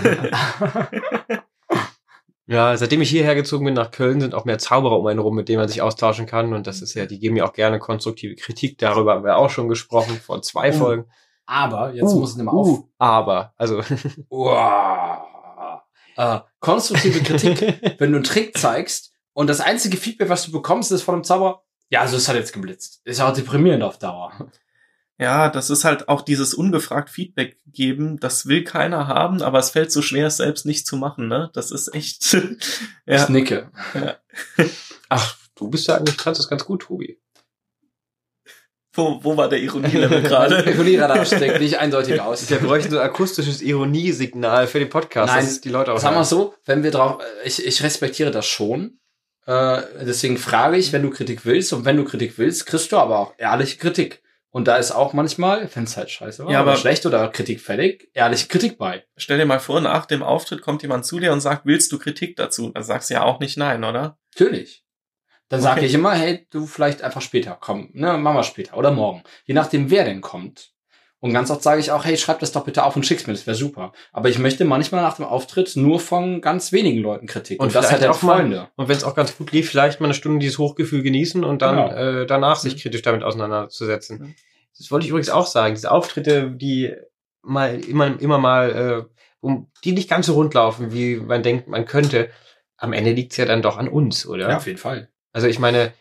Ja, seitdem ich hierher gezogen bin nach Köln, sind auch mehr Zauberer um einen rum, mit denen man sich austauschen kann. Und das ist ja, die geben mir auch gerne konstruktive Kritik. Darüber haben wir auch schon gesprochen, vor zwei Uh, Folgen. Aber, jetzt Uh, muss ich mal auf. Uh, aber, also. Wow. Äh, konstruktive Kritik, wenn du einen Trick zeigst und das einzige Feedback, was du bekommst, ist von einem Zauberer, ja, also es hat jetzt geblitzt. Ist ja auch deprimierend auf Dauer. Ja, das ist halt auch dieses ungefragt Feedback geben, das will keiner haben, aber es fällt so schwer, es selbst nicht zu machen, ne? Das ist echt, ja. Ich nicke. Ja. Ach, du bist ja eigentlich, kannst das ganz gut, Tobi. Wo, wo war der Ironie-Level gerade? Der Ironieradar steckt nicht eindeutig aus. Wir bräuchten so ein akustisches Ironiesignal für den Podcast. Nein, dass die Leute auch sagen wir so, wenn wir drauf, ich, ich respektiere das schon. Äh, deswegen frage ich, wenn du Kritik willst, und wenn du Kritik willst, kriegst du aber auch ehrliche Kritik. Und da ist auch manchmal, wenn es halt scheiße war, ja, aber oder schlecht oder kritikfällig, ehrliche Kritik bei. Stell dir mal vor, nach dem Auftritt kommt jemand zu dir und sagt, willst du Kritik dazu? Dann sagst du ja auch nicht nein, oder? Natürlich. Dann Okay. sage ich immer, hey, du vielleicht einfach später, komm, ne, machen wir später oder morgen. Je nachdem, wer denn kommt. Und ganz oft sage ich auch, hey, schreib das doch bitte auf und schick's mir, das wäre super. Aber ich möchte manchmal nach dem Auftritt nur von ganz wenigen Leuten Kritik. Und Und, das vielleicht hat auch auch mal- Freunde. Und wenn es auch ganz gut lief, vielleicht mal eine Stunde dieses Hochgefühl genießen und dann Genau. äh, danach sich Mhm. kritisch damit auseinanderzusetzen. Mhm. Das wollte ich übrigens auch sagen. Diese Auftritte, die mal immer, immer mal, äh, um, die nicht ganz so rund laufen, wie man denkt, man könnte. Am Ende liegt's ja dann doch an uns, oder? Ja, auf jeden Fall. Also ich meine,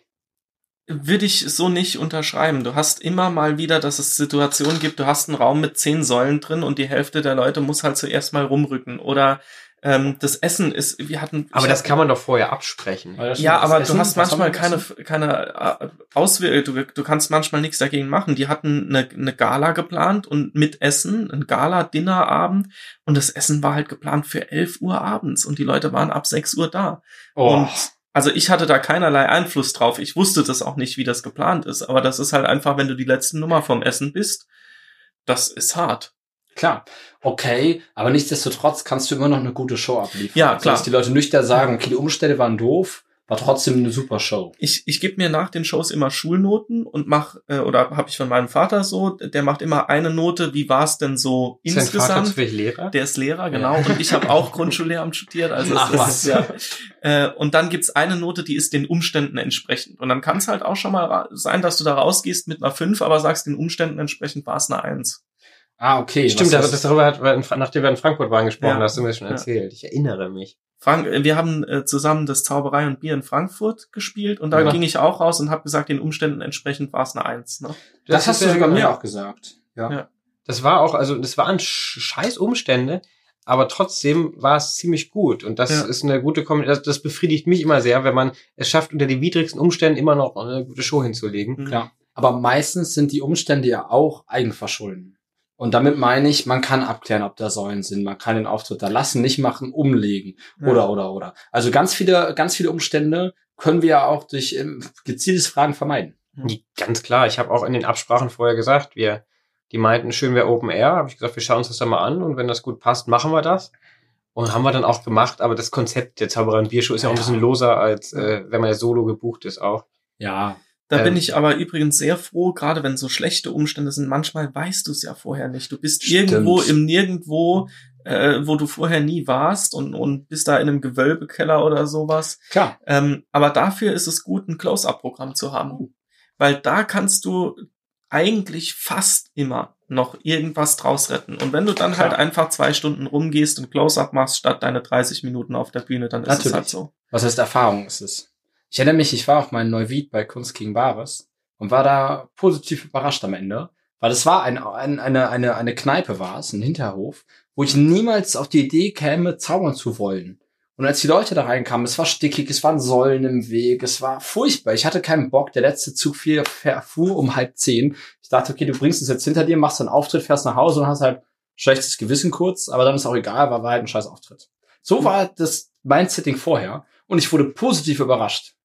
Würde ich so nicht unterschreiben. Du hast immer mal wieder, dass es Situationen gibt, du hast einen Raum mit zehn Säulen drin und die Hälfte der Leute muss halt zuerst mal rumrücken. Oder ähm, das Essen ist, wir hatten... aber ich das hab- kann man doch vorher absprechen. Weil das Ja, schon das aber Essen, du hast was haben manchmal wir keine, gegessen? keine Auswirkungen, du, du kannst manchmal nichts dagegen machen. Die hatten eine, eine Gala geplant und mit Essen, ein Gala-Dinnerabend und das Essen war halt geplant für elf Uhr abends und die Leute waren ab sechs Uhr da. Oh. Und also ich hatte da keinerlei Einfluss drauf. Ich wusste das auch nicht, wie das geplant ist. Aber das ist halt einfach, wenn du die letzte Nummer vom Essen bist, das ist hart. Klar, okay, aber nichtsdestotrotz kannst du immer noch eine gute Show abliefern. Ja, Also, klar. dass die Leute nüchtern sagen, okay, die Umstände waren doof, war trotzdem eine super Show. Ich, ich gebe mir nach den Shows immer Schulnoten und mach, äh, oder habe ich von meinem Vater so, der macht immer eine Note, wie war es denn so Ist dein Vater insgesamt? zufällig Lehrer? Der ist Lehrer, genau. Ja. Und ich habe auch Grundschullehramt studiert. Also Ach, es was. ist, ja. Äh, und dann gibt's eine Note, die ist den Umständen entsprechend. Und dann kann es halt auch schon mal ra- sein, dass du da rausgehst mit einer fünf, aber sagst, den Umständen entsprechend war es eine eins. Ah, okay. Stimmt, was das, heißt- das darüber hat, nachdem wir in Frankfurt waren gesprochen, Ja. da hast du mir schon Ja. erzählt. Ich erinnere mich. Frank, äh, wir haben äh, zusammen das Zauberei und Bier in Frankfurt gespielt und da Ja. ging ich auch raus und habe gesagt, den Umständen entsprechend war es eine eins. Ne? Das, hast ist du ja- sogar mir auch gesagt. Ja. Ja. Das war auch, also das waren sch- scheiß Umstände, aber trotzdem war es ziemlich gut. Und das Ja. ist eine gute Kombination. Das, das befriedigt mich immer sehr, wenn man es schafft, unter den widrigsten Umständen immer noch eine gute Show hinzulegen. Mhm. Klar. Aber meistens sind die Umstände ja auch Eigenverschulden. Und damit meine ich, man kann abklären, ob da Säulen sind. Man kann den Auftritt da lassen, nicht machen, umlegen. Ja. Oder, oder, oder. Also ganz viele, ganz viele Umstände können wir ja auch durch ähm, gezieltes Fragen vermeiden. Die, ganz klar, ich habe auch in den Absprachen vorher gesagt, wir, die meinten, schön wäre Open Air. Habe ich gesagt, wir schauen uns das dann mal an und wenn das gut passt, machen wir das. Und haben wir dann auch gemacht, aber das Konzept der Zauberer und Biershow ist ja auch ein Ja. bisschen loser, als äh, wenn man ja solo gebucht ist auch. Ja. Da Ähm, bin ich aber übrigens sehr froh, gerade wenn so schlechte Umstände sind. Manchmal weißt du es ja vorher nicht. Du bist Stimmt. irgendwo im Nirgendwo, äh, wo du vorher nie warst und, und bist da in einem Gewölbekeller oder sowas. Klar. Ähm, aber dafür ist es gut, ein Close-Up-Programm zu haben. Weil da kannst du eigentlich fast immer noch irgendwas draus retten. Und wenn du dann Klar. halt einfach zwei Stunden rumgehst und Close-Up machst, statt deine dreißig Minuten auf der Bühne, dann ist Natürlich. es halt so. Was heißt Erfahrung ist es? Ich erinnere mich, ich war auf meinem Neuwied bei Kunst gegen Bares und war da positiv überrascht am Ende, weil es war ein, ein, eine, eine, eine Kneipe war es, ein Hinterhof, wo ich niemals auf die Idee käme, zaubern zu wollen. Und als die Leute da reinkamen, es war stickig, es waren Säulen im Weg, es war furchtbar. Ich hatte keinen Bock, der letzte Zug fiel- fuhr um halb zehn. Ich dachte, okay, du bringst es jetzt hinter dir, machst einen Auftritt, fährst nach Hause und hast halt schlechtes Gewissen kurz, aber dann ist auch egal, war, war halt ein scheiß Auftritt. So war das mein Setting vorher und ich wurde positiv überrascht.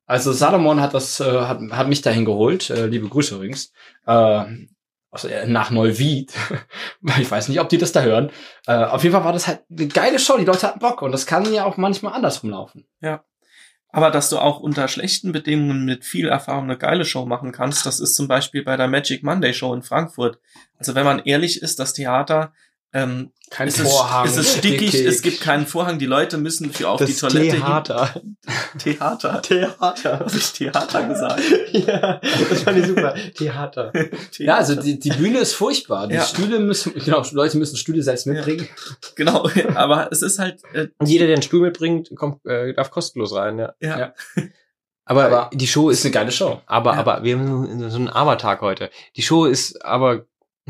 Also Salomon hat das, äh, hat, hat mich dahin geholt, äh, liebe Grüße übrigens, äh, also, äh, nach Neuwied. Ich weiß nicht, ob die das da hören. Äh, auf jeden Fall war das halt eine geile Show, die Leute hatten Bock und das kann ja auch manchmal andersrum laufen. Ja. Aber dass du auch unter schlechten Bedingungen mit viel Erfahrung eine geile Show machen kannst, das ist zum Beispiel bei der Magic Monday Show in Frankfurt. Also wenn man ehrlich ist, das Theater, ähm, Kein es Vorhang. Ist, es ist stickig, stickig. Es gibt keinen Vorhang, die Leute müssen für auf das die Toilette Theater. Theater. Theater. Habe ich Theater gesagt? Ja, das fand ich super. Theater. Ja, also die, die Bühne ist furchtbar. Die Ja. Stühle müssen, genau, Leute müssen Stühle selbst mitbringen. Genau, aber es ist halt, äh, Und jeder, der einen Stuhl mitbringt, kommt, äh, darf kostenlos rein, ja. ja. Ja. Aber, Aber die Show Ist ist, eine geile Show. aber, Ja. aber, wir haben so einen Aber-Tag heute. Die Show ist aber,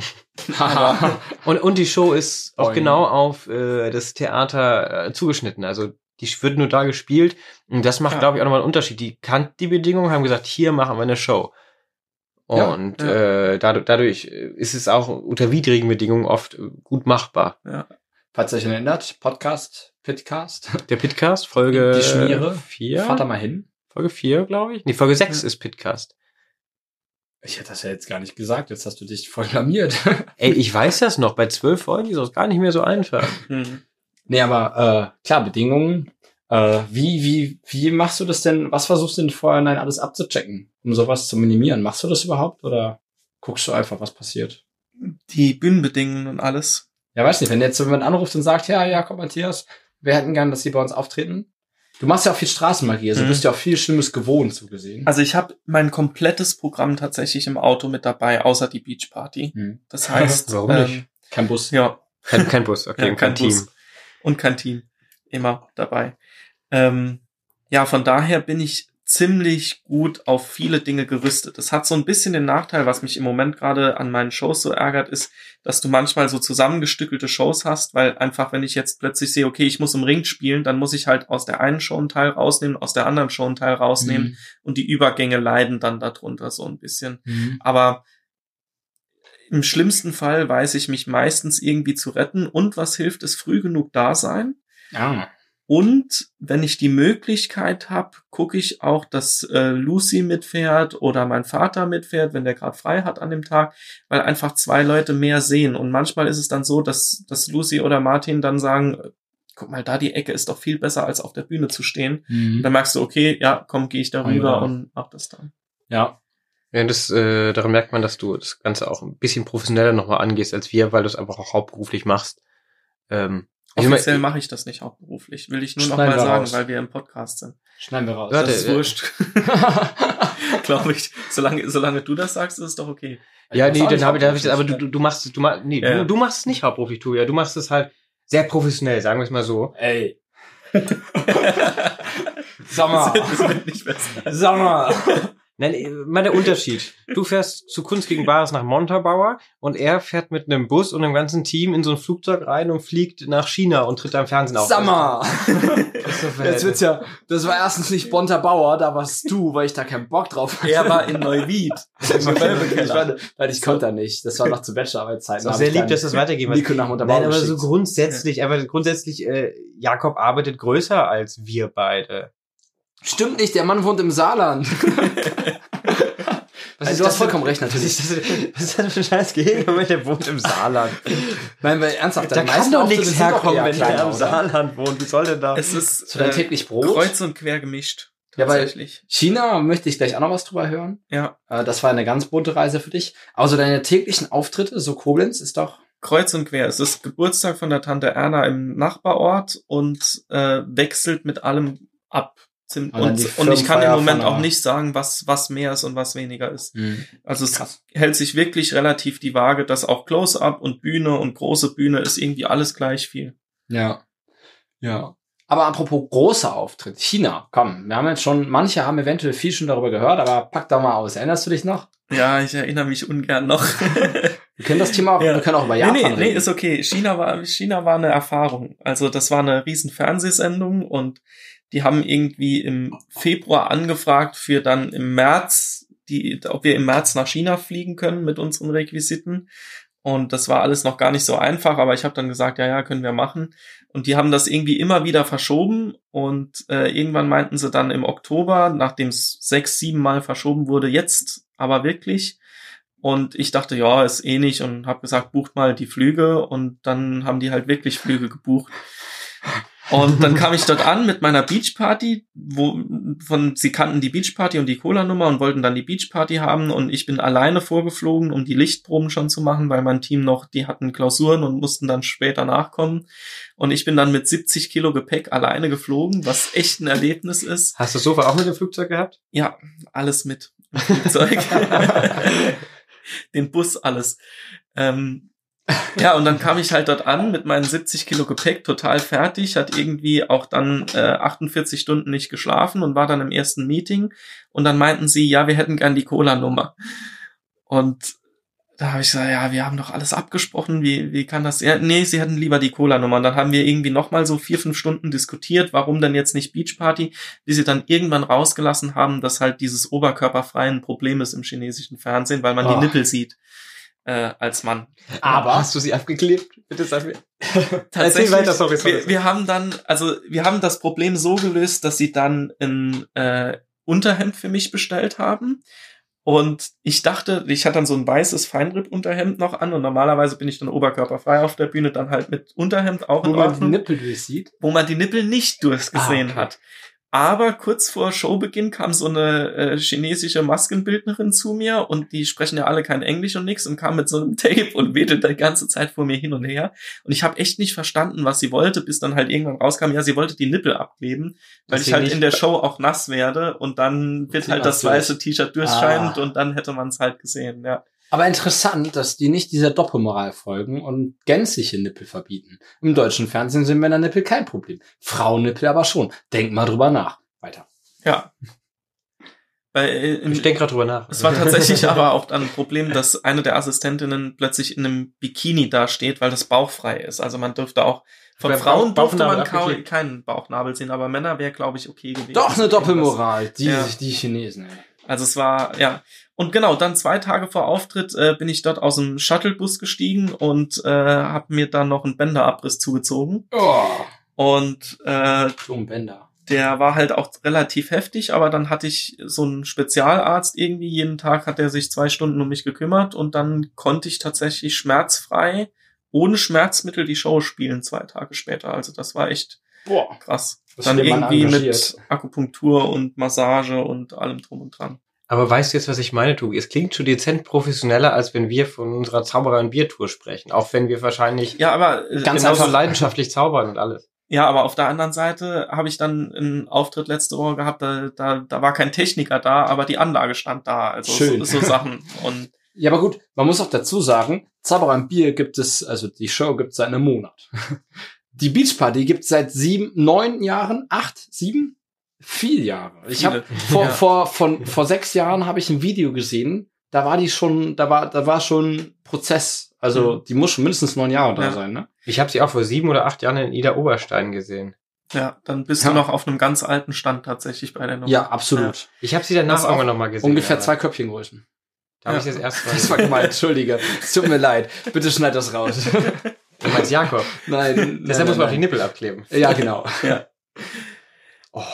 Haha. und, und die Show ist auch Boing. genau auf äh, das Theater äh, zugeschnitten. Also, die wird nur da gespielt. Und das macht, Ja. glaube ich, auch nochmal einen Unterschied. Die kannten die Bedingungen, haben gesagt, hier machen wir eine Show. Ja, Und ja. Äh, dadurch, dadurch ist es auch unter widrigen Bedingungen oft äh, gut machbar. ja. Falls ihr euch erinnert, Podcast, Pitcast, Der Pitcast, Folge Die Schmiere. vier. fahrt da mal hin. Folge vier, glaube ich. Nee, Folge sechs Ja. ist Pitcast. Ich hätte das ja jetzt gar nicht gesagt, jetzt hast du dich voll blamiert. Ey, ich weiß das noch. Bei zwölf Folgen ist das gar nicht mehr so einfach. Hm. Nee, aber äh, klar, Bedingungen. Äh, wie, wie, wie machst du das denn, was versuchst du denn vorher nein alles abzuchecken, um sowas zu minimieren? Machst du das überhaupt oder guckst du einfach, was passiert? Die Bühnenbedingungen und alles. Ja, weiß nicht, wenn jetzt jemand anruft und sagt, ja, Jakob, Matthias, wir hätten gern, dass sie bei uns auftreten. Du machst ja auch viel Straßenmagie, also Mhm. du bist ja auch viel Schlimmes gewohnt, so gesehen. Also ich habe mein komplettes Programm tatsächlich im Auto mit dabei, außer die Beachparty. Hm. Das heißt, Warum ähm, nicht? Kein Bus. Ja, Kein, kein Bus, okay, Ja, und kein kein Bus. Team. und kein Team. Immer dabei. Ähm, ja, von daher bin ich ziemlich gut auf viele Dinge gerüstet. Das hat so ein bisschen den Nachteil, was mich im Moment gerade an meinen Shows so ärgert, ist, dass du manchmal so zusammengestückelte Shows hast, weil einfach, wenn ich jetzt plötzlich sehe, okay, ich muss im Ring spielen, dann muss ich halt aus der einen Show einen Teil rausnehmen, aus der anderen Show einen Teil rausnehmen und die Übergänge leiden dann darunter so ein bisschen. Mhm. Aber im schlimmsten Fall weiß ich mich meistens irgendwie zu retten und was hilft, ist früh genug da sein. Ah. Und wenn ich die Möglichkeit habe, gucke ich auch, dass äh, Lucy mitfährt oder mein Vater mitfährt, wenn der gerade frei hat an dem Tag, weil einfach zwei Leute mehr sehen. Und manchmal ist es dann so, dass, dass Lucy oder Martin dann sagen, guck mal, da die Ecke ist doch viel besser, als auf der Bühne zu stehen. Mhm. Und dann merkst du, okay, ja, komm, gehe ich darüber Ja. und mach das dann. Ja. Ja, das, äh, daran merkt man, dass du das Ganze auch ein bisschen professioneller nochmal angehst als wir, weil du es einfach auch hauptberuflich machst. Ähm, ich Offiziell mein, mache ich das nicht hauptberuflich. Will ich nur noch Schneiden mal wir sagen, raus. weil wir im Podcast sind. Schneiden wir raus. Warte, Das ist äh, wurscht. Glaube ich. Solange, solange du das sagst, ist es doch okay. ja, Ich nee, weiß auch dann nicht, habe ich, dann hab ich, ob aber das- du, du, du machst, du machst, nee, Ja. du, du machst es nicht hauptberuflich, Tobi, du machst es halt sehr professionell, sagen wir es mal so. Ey. Sag mal. Das wird nicht besser. Sag mal. Nein, äh, mal der Unterschied. Du fährst zu Kunst gegen Bares nach Montabaur und er fährt mit einem Bus und einem ganzen Team in so ein Flugzeug rein und fliegt nach China und tritt da im Fernsehen auf. Sag mal. Das ist so verhält. Jetzt wird's ja, das war erstens nicht Bonter Bauer, da warst du, weil ich da keinen Bock drauf hatte. Er war in Neuwied. ich war, weil ich konnte da nicht. Das war noch zu Bachelorarbeitszeiten. ist auch sehr lieb, dass du es weitergeben hast. Nico nach Montabaur Nein, aber so geschickt. grundsätzlich, aber grundsätzlich, äh, Jakob arbeitet größer als wir beide. Stimmt nicht, der Mann wohnt im Saarland. Was Also, du hast vollkommen recht, Was natürlich. ist das, was ist das für ein scheiß Gegenmoment, der wohnt im Saarland? Nein, weil ernsthaft, Da deine kann meisten doch Auftritte nichts sind doch herkommen, eher wenn der kleiner, im oder? Saarland wohnt. Wie soll denn da? Es ist Zu deinem äh, täglich Brot. kreuz und quer gemischt. Ja, weil- Tatsächlich. China möchte ich gleich auch noch was drüber hören. Ja. Äh, Das war eine ganz bunte Reise für dich. Also deine täglichen Auftritte, so Koblenz, ist doch... Kreuz und quer. Es ist Geburtstag von der Tante Erna im Nachbarort und äh, wechselt mit allem ab. Zim- Und dann Und, die und ich kann im Firmenfeier Moment von der- auch nicht sagen, was was mehr ist und was weniger ist. Hm. Also es Krass. hält sich wirklich relativ die Waage, dass auch Close-Up und Bühne und große Bühne ist irgendwie alles gleich viel. Ja. Ja. Aber apropos großer Auftritt, China, komm, wir haben jetzt schon, manche haben eventuell viel schon darüber gehört, aber pack da mal aus. Erinnerst du dich noch? Ja, ich erinnere mich ungern noch. Wir können das Thema, auch, Ja. wir können auch über Nee, Japan nee, reden. nee, ist okay. China war, China war eine Erfahrung. Also das war eine riesen Fernsehsendung und die haben irgendwie im Februar angefragt für dann im März, die, ob wir im März nach China fliegen können mit unseren Requisiten. Und das war alles noch gar nicht so einfach, aber ich habe dann gesagt, ja, ja, können wir machen. Und die haben das irgendwie immer wieder verschoben und äh, irgendwann meinten sie dann im Oktober, nachdem es sechs, sieben Mal verschoben wurde, jetzt aber wirklich. Und ich dachte, ja, ist eh nicht und habe gesagt, bucht mal die Flüge und dann haben die halt wirklich Flüge gebucht. Und dann kam ich dort an mit meiner Beachparty, wo von sie kannten die Beachparty und die Cola-Nummer und wollten dann die Beachparty haben und ich bin alleine vorgeflogen, um die Lichtproben schon zu machen, weil mein Team noch, die hatten Klausuren und mussten dann später nachkommen. Und ich bin dann mit siebzig Kilo Gepäck alleine geflogen, was echt ein Erlebnis ist. Hast du das Sofa auch mit dem Flugzeug gehabt? Ja, alles mit im Flugzeug. Den Bus, alles. Ähm, Ja, und dann kam ich halt dort an mit meinen siebzig Kilo Gepäck, total fertig, hat irgendwie auch dann äh, achtundvierzig Stunden nicht geschlafen und war dann im ersten Meeting und dann meinten sie, ja, wir hätten gern die Cola-Nummer. Und da habe ich gesagt, ja, wir haben doch alles abgesprochen, wie wie kann das? Ja, nee, sie hätten lieber die Cola-Nummer. Und dann haben wir irgendwie nochmal so vier, fünf Stunden diskutiert, warum denn jetzt nicht Beachparty, wie sie dann irgendwann rausgelassen haben, dass halt dieses Oberkörperfrei ein Problem ist im chinesischen Fernsehen, weil man oh. die Nippel sieht. Äh, als Mann. Aber hast du sie abgeklebt? Bitte sag mir. Tatsächlich, weiter, sorry, sorry. Wir, wir haben dann, also wir haben das Problem so gelöst, dass sie dann ein äh, Unterhemd für mich bestellt haben. Und ich dachte, ich hatte dann so ein weißes Feinripp-Unterhemd noch an und normalerweise bin ich dann oberkörperfrei auf der Bühne, dann halt mit Unterhemd auch. Wo man die Nippel durchsieht? Wo man die Nippel nicht durchgesehen ah, okay. hat. Aber kurz vor Showbeginn kam so eine äh, chinesische Maskenbildnerin zu mir und die sprechen ja alle kein Englisch und nix und kam mit so einem Tape und wedelt die ganze Zeit vor mir hin und her. Und ich habe echt nicht verstanden, was sie wollte, bis dann halt irgendwann rauskam, ja, sie wollte die Nippel abkleben, weil ich halt in der Show auch nass werde und dann wird halt das weiße T-Shirt durchscheinend ah. und dann hätte man es halt gesehen, ja. Aber interessant, dass die nicht dieser Doppelmoral folgen und gänzliche Nippel verbieten. Im deutschen Fernsehen sind Männernippel kein Problem. Frauennippel aber schon. Denk mal drüber nach. Weiter. Ja. Weil, äh, ich denke gerade drüber nach. Es war tatsächlich aber auch dann ein Problem, dass eine der Assistentinnen plötzlich in einem Bikini dasteht, weil das bauchfrei ist. Also man dürfte auch, von Bei Frauen Bauch, durfte man kaum, keinen Bauchnabel sehen, aber Männer wäre, glaube ich, okay gewesen. Doch eine Doppelmoral, die, ja. die Chinesen. Ey. Also es war, ja. Und genau, dann zwei Tage vor Auftritt äh, bin ich dort aus dem Shuttlebus gestiegen und äh, habe mir dann noch einen Bänderabriss zugezogen. Oh. Und äh, so ein Bänder. Der war halt auch relativ heftig, aber dann hatte ich so einen Spezialarzt irgendwie. Jeden Tag hat er sich zwei Stunden um mich gekümmert und dann konnte ich tatsächlich schmerzfrei, ohne Schmerzmittel die Show spielen, zwei Tage später. Also das war echt Boah. krass. Dann irgendwie mit Akupunktur und Massage und allem drum und dran. Aber weißt du jetzt, was ich meine, Tobi? Es klingt schon dezent professioneller, als wenn wir von unserer Zauberer- und Biertour sprechen. Auch wenn wir wahrscheinlich ja, aber äh, ganz genauso leidenschaftlich zaubern und alles. Ja, aber auf der anderen Seite habe ich dann einen Auftritt letzte Woche gehabt, da, da, da war kein Techniker da, aber die Anlage stand da. Also Schön. So, so Sachen. Und ja, aber gut, man muss auch dazu sagen, Zauberer und Bier gibt es, also die Show gibt es seit einem Monat. Die Beachparty gibt es seit sieben, neun Jahren, acht, sieben? Vier Jahre. Ich habe vor, ja. vor, von, vor sechs Jahren habe ich ein Video gesehen, da war die schon, da war, da war schon Prozess. Also, mhm. die muss schon mindestens neun Jahre da ja. sein, ne? Ich habe sie auch vor sieben oder acht Jahren in Ida Oberstein gesehen. Ja, dann bist ja. du noch auf einem ganz alten Stand tatsächlich bei der Nummer. Ja, absolut. Ja. Ich habe sie danach auch noch mal gesehen. Ungefähr ja. zwei Köpfchen größen. Da ja. habe ich das erste Mal. Das war gemeint, entschuldige. Es tut mir leid. Bitte schneid das raus. Du meinst Jakob? Nein. Deshalb nein, muss man nein. auch die Nippel abkleben. Ja, genau. Ja. Oh.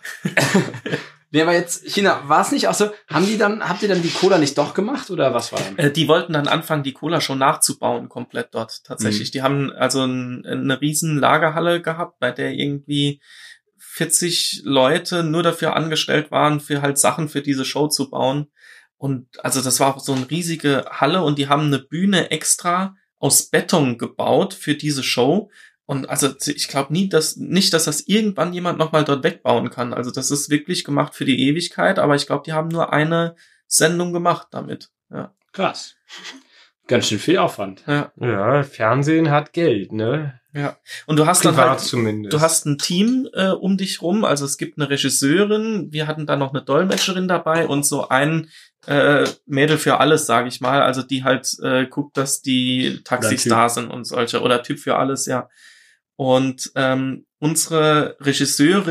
Nee, aber jetzt, China, war es nicht auch so, haben die dann, habt ihr dann die Cola nicht doch gemacht oder was war dann? Äh, die wollten dann anfangen, die Cola schon nachzubauen, komplett dort tatsächlich. Mhm. Die haben also ein, eine riesen Lagerhalle gehabt, bei der irgendwie vierzig Leute nur dafür angestellt waren, für halt Sachen für diese Show zu bauen. Und also das war auch so eine riesige Halle und die haben eine Bühne extra aus Beton gebaut für diese Show. Und also ich glaube nie, dass nicht, dass das irgendwann jemand nochmal dort wegbauen kann. Also das ist wirklich gemacht für die Ewigkeit, aber ich glaube, die haben nur eine Sendung gemacht damit. Ja. Krass. Ganz schön viel Aufwand. Ja. Ja, Fernsehen hat Geld, ne? Ja. Und du hast Privat dann halt, zumindest. du hast ein Team äh, um dich rum. Also es gibt eine Regisseurin, wir hatten da noch eine Dolmetscherin dabei und so ein äh, Mädel für alles, sage ich mal. Also die halt äh, guckt, dass die Taxis da sind und solche oder Typ für alles, ja. Und ähm, unsere Regisseurin,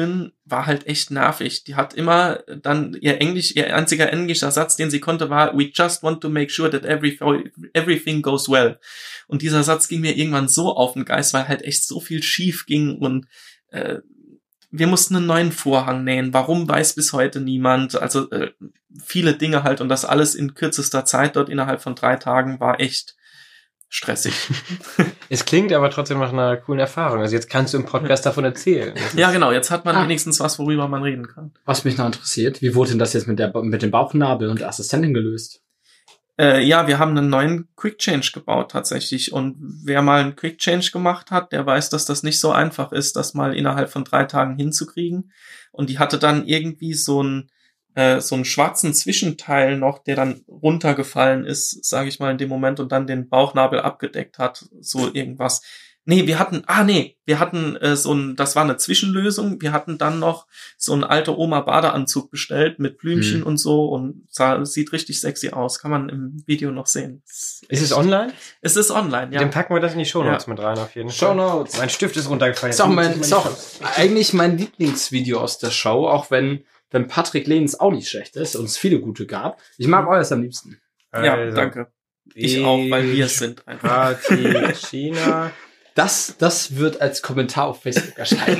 war halt echt nervig. Die hat immer dann ihr Englisch, ihr einziger englischer Satz, den sie konnte, war "We just want to make sure that every, everything goes well." Und dieser Satz ging mir irgendwann so auf den Geist, weil halt echt so viel schief ging und äh, wir mussten einen neuen Vorhang nähen. Warum, weiß bis heute niemand. Also äh, viele Dinge halt und das alles in kürzester Zeit dort innerhalb von drei Tagen war echt stressig. Es klingt aber trotzdem nach einer coolen Erfahrung. Also jetzt kannst du im Podcast davon erzählen. Ja, genau. Jetzt hat man ah. wenigstens was, worüber man reden kann. Was mich noch interessiert, wie wurde denn das jetzt mit der mit dem Bauchnabel und der Assistentin gelöst? Äh, ja, wir haben einen neuen Quick Change gebaut tatsächlich. Und wer mal einen Quick Change gemacht hat, der weiß, dass das nicht so einfach ist, das mal innerhalb von drei Tagen hinzukriegen. Und die hatte dann irgendwie so ein so einen schwarzen Zwischenteil noch, der dann runtergefallen ist, sage ich mal, in dem Moment und dann den Bauchnabel abgedeckt hat, so irgendwas. Nee, wir hatten, ah nee, wir hatten äh, so ein, das war eine Zwischenlösung, wir hatten dann noch so einen alte Oma-Badeanzug bestellt mit Blümchen hm. und so und sah, sieht richtig sexy aus, kann man im Video noch sehen. Ist es online? Es ist online, ja. Dann packen wir das in die Shownotes ja. mit rein auf jeden Fall. Shownotes. Mein Stift ist runtergefallen. Ist auch, mein, ist auch eigentlich mein Lieblingsvideo aus der Show, auch wenn wenn Patrick Lehns auch nicht schlecht ist und es viele gute gab. Ich mag euers am liebsten. Ja, also, danke. Ich auch, weil wir es sind. Party China. Das, das wird als Kommentar auf Facebook erscheinen.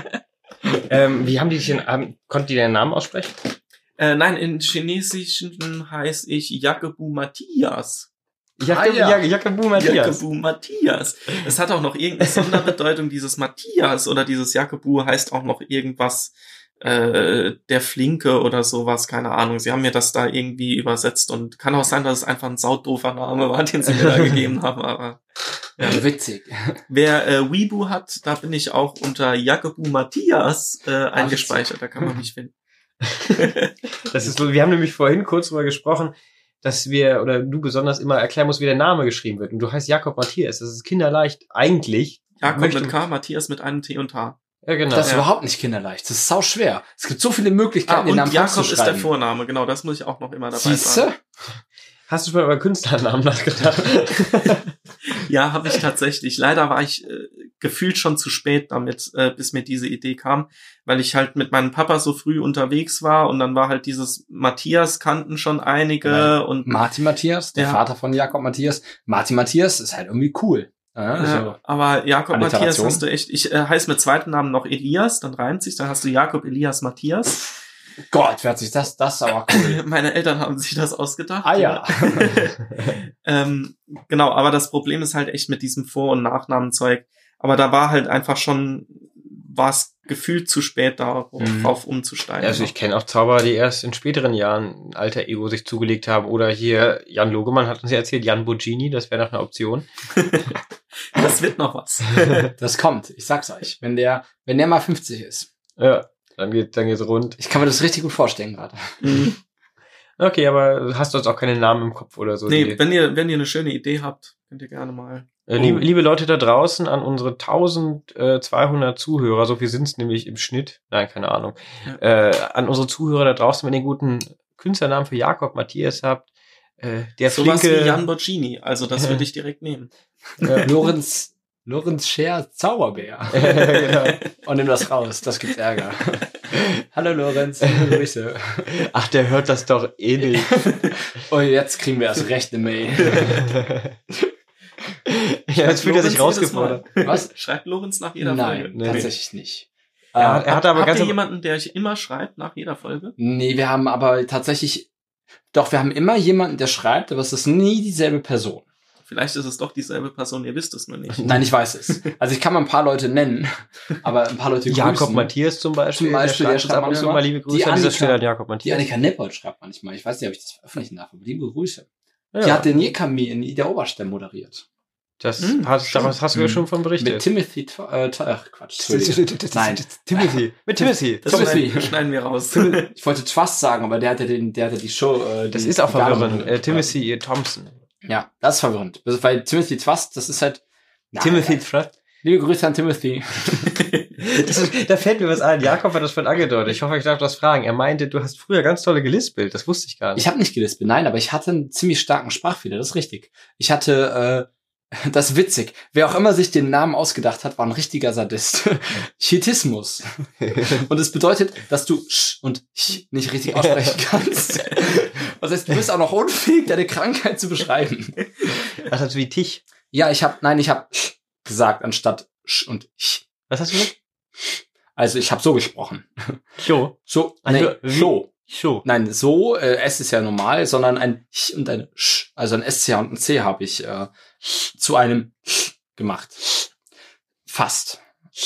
ähm, wie haben die dich denn, konnten die deinen Namen aussprechen? Äh, nein, in Chinesischen heiße ich Jakobu Matthias. Jakobu ah, ja. Matthias. Jakobu Matthias. Es hat auch noch irgendeine Sonderbedeutung, dieses Matthias oder dieses Jakobu heißt auch noch irgendwas äh, der Flinke oder sowas, keine Ahnung. Sie haben mir das da irgendwie übersetzt und kann auch sein, dass es einfach ein saudoofer Name war, den sie mir da gegeben haben, aber ja, witzig. Wer äh, Weibo hat, da bin ich auch unter Jakobu Matthias äh, eingespeichert, da kann man mich finden. Das ist so, wir haben nämlich vorhin kurz drüber gesprochen, dass wir, oder du besonders immer erklären musst, wie der Name geschrieben wird. Und du heißt Jakob Matthias. Das ist kinderleicht eigentlich. Jakob mit K, Matthias mit einem T und H. Ja, genau. Das ist ja. überhaupt nicht kinderleicht. Das ist sau schwer. Es gibt so viele Möglichkeiten, ah, den Namen zu schreiben. Jakob ist der Vorname, genau. Das muss ich auch noch immer dabei Siehste? sagen. Hast du schon mal über Künstlernamen nachgedacht? Ja, habe ich tatsächlich. Leider war ich äh, gefühlt schon zu spät damit, äh, bis mir diese Idee kam, weil ich halt mit meinem Papa so früh unterwegs war und dann war halt dieses Matthias kannten schon einige Nein. und Martin Matthias, der ja. Vater von Jakob Matthias. Martin Matthias ist halt irgendwie cool. Ja, ja, so. Aber Jakob Matthias hast du echt, ich äh, heiße mit zweiten Namen noch Elias, dann reimt sich, dann hast du Jakob Elias Matthias. Gott, wer hat sich das, das ist aber cool. Meine Eltern haben sich das ausgedacht. Ah ja. ähm, genau, aber das Problem ist halt echt mit diesem Vor- und Nachnamenzeug. Aber da war halt einfach schon, war es gefühlt zu spät darauf mhm. umzusteigen. Also ich kenne auch Zauberer, die erst in späteren Jahren ein alter Ego sich zugelegt haben. Oder hier Jan Logemann hat uns ja erzählt, Jan Bogini, das wäre noch eine Option. Das wird noch was. Das kommt, ich sag's euch. Wenn der, wenn der mal fünfzig ist. Ja. Dann geht, dann geht's rund. Ich kann mir das richtig gut vorstellen gerade. Mhm. Okay, aber hast du jetzt auch keine Namen im Kopf oder so? Nee, wenn ihr, wenn ihr eine schöne Idee habt, könnt ihr gerne mal. Äh, liebe, liebe Leute da draußen, an unsere eintausendzweihundert Zuhörer, so viel sind's nämlich im Schnitt, nein, keine Ahnung, ja. äh, an unsere Zuhörer da draußen, wenn ihr einen guten Künstlernamen für Jakob Matthias habt, äh, der so flinke... Sowas wie Jan Bocini, also das würde ich direkt nehmen. Ja. Lorenz... Lorenz Scher Zauberbär. Genau. Und nimm das raus, das gibt Ärger. Hallo Lorenz, liebe Grüße. Ach, der hört das doch eh nicht. Und jetzt kriegen wir erst recht eine Mail. Ja, jetzt fühlt er sich rausgefordert. Was? Schreibt Lorenz nach jeder Nein, Folge? Nein, tatsächlich nicht. Er hat, er hat aber Habt ganz ihr jemanden, der euch immer schreibt nach jeder Folge? Nee, wir haben aber tatsächlich, doch, wir haben immer jemanden, der schreibt, aber es ist nie dieselbe Person. Vielleicht ist es doch dieselbe Person, ihr wisst es nur nicht. Nein, ich weiß es. Also ich kann mal ein paar Leute nennen, aber ein paar Leute grüßen. Jakob Matthias zum Beispiel. Zum Beispiel, der schreibt, der schreibt ab und zu mal liebe Grüße an dieser Stelle an Jakob Matthias. Die Annika Neppold schreibt manchmal. Ich weiß nicht, ob ich das veröffentlichen darf, aber liebe Grüße. Ja. Die hat den Jekami in der Oberstemm moderiert. Das hm, hast, daraus hast du ja schon von berichtet. Mit Timothy, äh, ach Quatsch. Nein. Timothy. Mit Timothy. Das Timothy. Schneiden, schneiden wir raus. Ich wollte Twas sagen, aber der hatte den, der hatte die Show. Äh, die, das ist auch verwirrend. Äh, Timothy Thompson. Ja, das ist verwirrend. Weil Timothy Twast, das ist halt... Na, Timothy Twast? Liebe Grüße an Timothy. Das ist, da fällt mir was ein. Jakob hat das schon angedeutet. Ich hoffe, ich darf das fragen. Er meinte, du hast früher ganz tolle gelispelt. Das wusste ich gar nicht. Ich habe nicht gelispelt, nein, aber ich hatte einen ziemlich starken Sprachfehler, das ist richtig. Ich hatte Das ist witzig. Wer auch immer sich den Namen ausgedacht hat, war ein richtiger Sadist. Cheatismus. Und es bedeutet, dass du sch und ch nicht richtig aussprechen kannst. Das heißt, du bist auch noch unfähig, deine Krankheit zu beschreiben. Was hast du wie Tich? Ja, ich habe, nein, ich habe gesagt anstatt sch und ch. Was hast du gesagt? Also ich habe so gesprochen. Cho. So, Also, nee, so. Cho. Nein, so, äh, S ist ja normal, sondern ein ch und ein sch. Also ein S C und ein C habe ich äh, zu einem gemacht. Fast.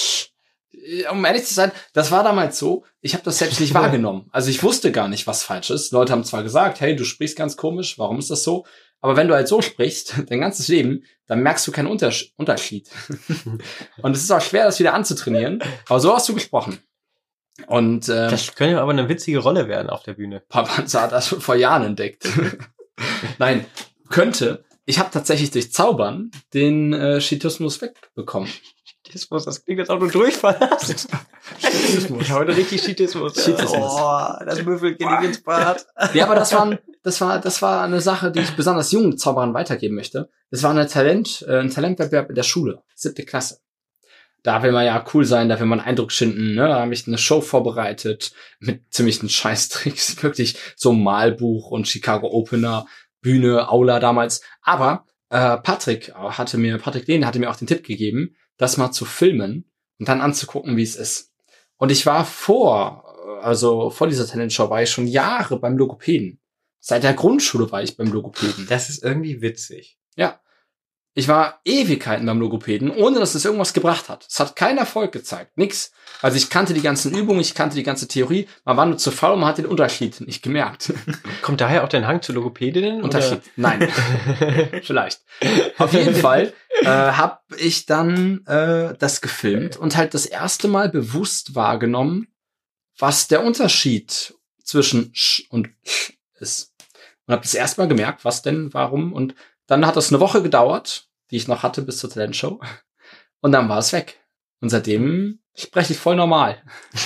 Um ehrlich zu sein, das war damals so, ich habe das selbst nicht wahrgenommen. Also ich wusste gar nicht, was falsch ist. Leute haben zwar gesagt, hey, du sprichst ganz komisch, warum ist das so? Aber wenn du halt so sprichst, dein ganzes Leben, dann merkst du keinen Unters- Unterschied. Und es ist auch schwer, das wieder anzutrainieren. Aber so hast du gesprochen. Und ähm, das könnte aber eine witzige Rolle werden auf der Bühne. Papanza hat das schon vor Jahren entdeckt. Nein, könnte. Ich habe tatsächlich durch Zaubern den äh, Cheatismus wegbekommen. Cheatismus, das klingt, als ob du Durchfall hast. Cheatismus. Ich heute richtig Cheatismus. Cheatismus. Oh, das Würfel geht nicht ins Bad. Ja, aber das war, das war, das war eine Sache, die ich besonders jungen Zauberern weitergeben möchte. Das war eine Talent, äh, ein Talentwettbewerb in der Schule, siebte Klasse. Da will man ja cool sein, da will man Eindruck schinden, ne? Da habe ich eine Show vorbereitet mit ziemlichen Scheißtricks, wirklich so ein Malbuch und Chicago Opener, Bühne, Aula damals. Aber äh, Patrick hatte mir, Patrick Lehn hatte mir auch den Tipp gegeben, das mal zu filmen und dann anzugucken, wie es ist. Und ich war vor, also vor dieser Talentshow war ich schon Jahre beim Logopäden. Seit der Grundschule war ich beim Logopäden. Das ist irgendwie witzig. Ja. Ich war Ewigkeiten beim Logopäden, ohne dass es irgendwas gebracht hat. Es hat keinen Erfolg gezeigt, nix. Also ich kannte die ganzen Übungen, ich kannte die ganze Theorie, man war nur zu faul und man hat den Unterschied nicht gemerkt. Kommt daher auch dein Hang zu Logopädinnen? Unterschied? Oder? Nein. Vielleicht. Auf jeden Fall äh, habe ich dann äh, das gefilmt und halt das erste Mal bewusst wahrgenommen, was der Unterschied zwischen sch und ch ist. Und habe das erste Mal gemerkt, was denn, warum. Und dann hat das eine Woche gedauert, die ich noch hatte bis zur Talentshow. Und dann war es weg. Und seitdem spreche ich voll normal.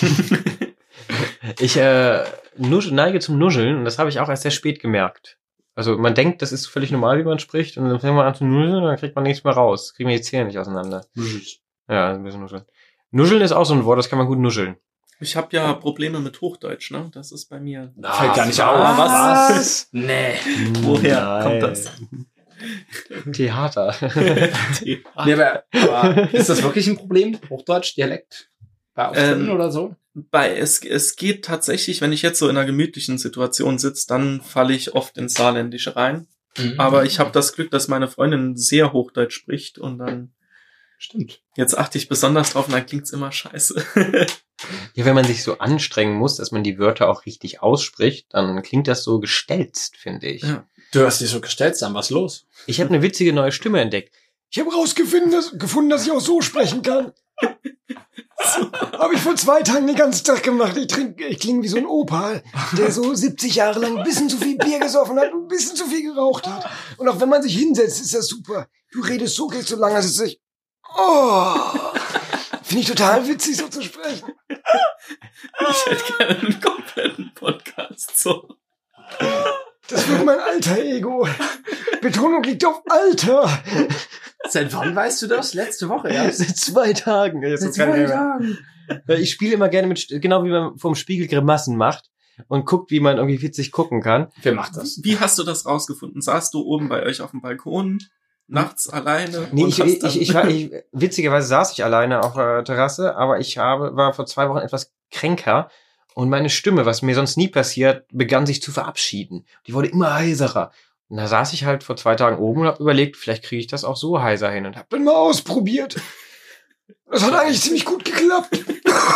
Ich äh, nusch, neige zum Nuscheln und das habe ich auch erst sehr spät gemerkt. Also man denkt, das ist völlig normal, wie man spricht, und dann fängt man an zu nuscheln und dann kriegt man nichts mehr raus. Kriegen wir die Zähne nicht auseinander. Ja, ein bisschen nuscheln. Nuscheln ist auch so ein Wort, das kann man gut nuscheln. Ich habe ja Probleme mit Hochdeutsch, ne? Das ist bei mir. Ah, fällt gar nicht auf. Was? was? Nee. Woher Nein. kommt das? Theater. Nee, aber, aber ist das wirklich ein Problem? Hochdeutsch, Dialekt? Bei Auftritten Ähm, oder so? Bei es, es geht tatsächlich, wenn ich jetzt so in einer gemütlichen Situation sitze, dann falle ich oft ins Saarländische rein. Mhm. Aber ich habe das Glück, dass meine Freundin sehr Hochdeutsch spricht und dann Stimmt. jetzt achte ich besonders drauf und dann klingt's immer scheiße. Ja, wenn man sich so anstrengen muss, dass man die Wörter auch richtig ausspricht, dann klingt das so gestelzt, finde ich. Ja. Du hast dich so gestellt, dann was los? Ich habe eine witzige neue Stimme entdeckt. Ich habe rausgefunden, dass, gefunden, dass ich auch so sprechen kann. Habe ich vor zwei Tagen den ganzen Tag gemacht. Ich trinke, ich klinge wie so ein Opal, der so siebzig Jahre lang ein bisschen zu viel Bier gesoffen hat und ein bisschen zu viel geraucht hat. Und auch wenn man sich hinsetzt, ist das super. Du redest so, gehst so lange, dass es sich... Oh, finde ich total witzig, so zu sprechen. Ich hätte gerne einen kompletten Podcast so. Das wird mein alter Ego. Betonung liegt auf Alter. Seit wann weißt du das? Letzte Woche, ja? Seit zwei Tagen. Seit zwei Tagen. Ich spiele immer gerne mit, genau wie man vom Spiegel Grimassen macht und guckt, wie man irgendwie witzig gucken kann. Wer macht das? Wie hast du das rausgefunden? Saßt du oben bei euch auf dem Balkon, nachts alleine? Nee, und ich, hast ich, dann- ich, ich, war, ich, witzigerweise saß ich alleine auf der Terrasse, aber ich habe, war vor zwei Wochen etwas kränker und meine Stimme, was mir sonst nie passiert, begann sich zu verabschieden. Die wurde immer heiserer. Und da saß ich halt vor zwei Tagen oben und habe überlegt, vielleicht kriege ich das auch so heiser hin und hab Dann mal ausprobiert. Das hat eigentlich ziemlich gut geklappt.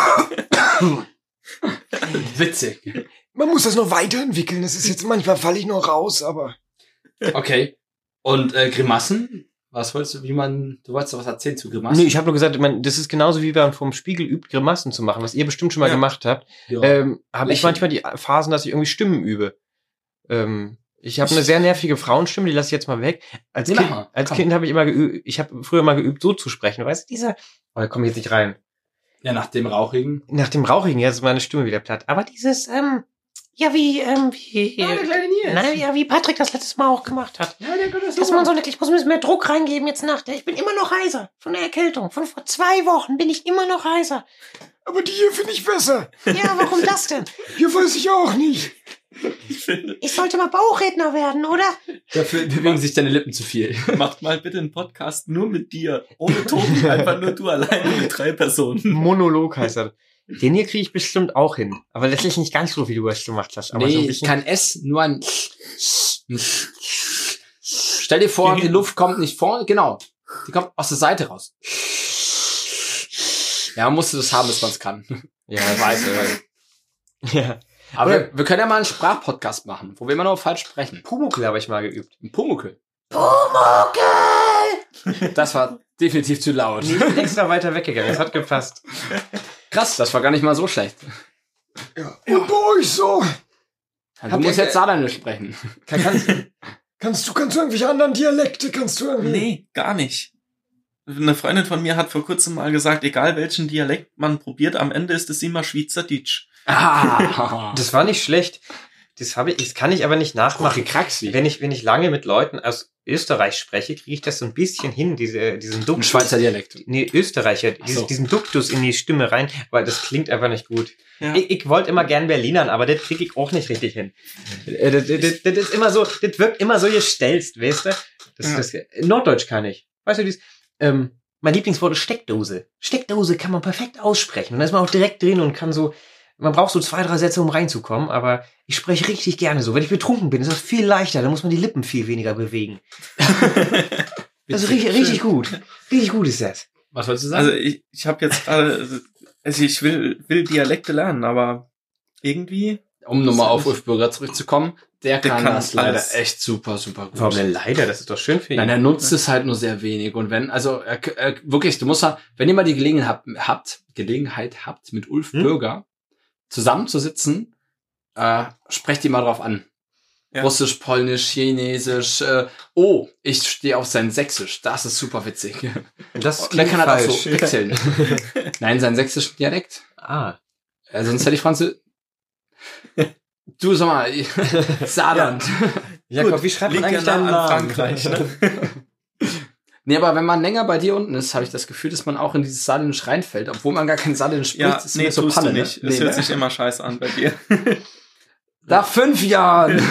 Witzig. Man muss das noch weiterentwickeln. Das ist jetzt, manchmal falle ich noch raus, aber... Okay. Und äh, Grimassen? Was wolltest du, wie man, du wolltest doch was erzählen zu Grimassen? Nee, ich habe nur gesagt, man, das ist genauso wie man vom Spiegel übt, Grimassen zu machen, was ihr bestimmt schon mal Ja. gemacht habt. Ja. Ähm, habe ich Lächeln. manchmal die Phasen, dass ich irgendwie Stimmen übe. Ähm, ich habe eine sehr nervige Frauenstimme, die lasse ich jetzt mal weg. Als Nee, Kind, mach mal. als Komm. Kind habe ich immer geübt, ich habe früher mal geübt, so zu sprechen. Weißt du, dieser, oh, da komme ich jetzt nicht rein. Ja, nach dem Rauchigen. Nach dem Rauchigen, jetzt ist meine Stimme wieder platt. Aber dieses, ähm, Ja, wie, ähm, wie, Ja, der kleine Nils. nein, ja, wie Patrick das letztes Mal auch gemacht hat. Ja, der kann das Dass man so eine, ich muss ein bisschen mehr Druck reingeben jetzt nach der, ich bin immer noch heiser. Von der Erkältung. Von vor zwei Wochen bin ich immer noch heiser. Aber die hier finde ich besser. Ja, warum das denn? Hier weiß ich auch nicht. Ich finde, Ich sollte mal Bauchredner werden, oder? Dafür bewegen sich deine Lippen zu viel. macht mal bitte einen Podcast nur mit dir. Ohne Tobi, einfach nur du alleine mit drei Personen. Monolog heißt er. Den hier kriege ich bestimmt auch hin. Aber letztlich nicht ganz so, wie du es gemacht hast. Aber so ein Nee, bisschen. kein S, nur ein... Stell dir vor, die Luft kommt nicht vorne, genau. Die kommt aus der Seite raus. Ja, man musste das haben, bis man es kann. Ja, ich weiß. Ja. Aber wir, wir können ja mal einen Sprachpodcast machen, wo wir immer nur falsch sprechen. Pumuckl habe ich mal geübt. Ein Pumuckl. Pumuckl! Das war definitiv zu laut. Nee, ich bin extra weiter weggegangen. Das hat gepasst. Krass, das war gar nicht mal so schlecht. Ja. Und bei euch so? Du Habt musst ihr- jetzt Saarländisch sprechen. Kann, kannst, Kannst du, kannst du irgendwelche anderen Dialekte? Kannst du irgendwie? Nee, gar nicht. Eine Freundin von mir hat vor kurzem mal gesagt, egal welchen Dialekt man probiert, am Ende ist es immer Schweizerdeutsch. Ah. das war nicht schlecht. Das habe ich, das kann ich aber nicht nachmachen. Kraxi. Wenn ich, wenn ich lange mit Leuten aus Österreich spreche, kriege ich das so ein bisschen hin, diese, diesen Ein Duktus. Schweizer Dialekt. Nee, Österreicher, Ach dieses, so. diesen Duktus in die Stimme rein, weil das klingt einfach nicht gut. Ja. Ich, ich wollte immer gern Berlinern, aber das kriege ich auch nicht richtig hin. Äh, Das, das, das ist immer so, das wirkt immer so gestelzt, weißt du? Das, Ja. das, Norddeutsch kann ich. Weißt du, dies, ähm, mein Lieblingswort ist Steckdose. Steckdose kann man perfekt aussprechen. Und da ist man auch direkt drin und kann so, man braucht so zwei, drei Sätze, um reinzukommen, aber ich spreche richtig gerne so. Wenn ich betrunken bin, ist das viel leichter, da muss man die Lippen viel weniger bewegen. Das ist richtig, richtig gut. Richtig gut ist das. Was wolltest du sagen? Also ich, ich habe jetzt gerade, also ich will, will Dialekte lernen, aber irgendwie, um nochmal auf Ulf Bürger zurückzukommen, der, Der kann, kann das leider alles. echt super, super gut. Warum denn leider? Das ist doch schön für ihn. Nein, er nutzt es halt nur sehr wenig. Und wenn, also er, er, wirklich, du musst ja, wenn ihr mal die Gelegenheit habt, habt Gelegenheit habt, mit Ulf Hm? Bürger zusammenzusitzen, äh, sprecht ihn mal drauf an. Ja. Russisch, Polnisch, Chinesisch. Äh, oh, ich stehe auf sein Sächsisch. Das ist super witzig. Das Und dann kann er auch falsch. so wechseln. Nein, sein sächsischen Dialekt. Ah. Äh, sonst hätte ich Französisch. Du, sag mal, Saarland. Jakob, wie schreibt man liegt ja eigentlich nah deinen an Namen? Frankreich, ne? Nee, aber wenn man länger bei dir unten ist, habe ich das Gefühl, dass man auch in dieses Saarländisch reinfällt, obwohl man gar kein Saarländisch spricht. Ja, ist nee, mir so tust Panne, du ne? nicht. Es Nee, hört ne? sich immer scheiße an bei dir. Nach fünf Jahren.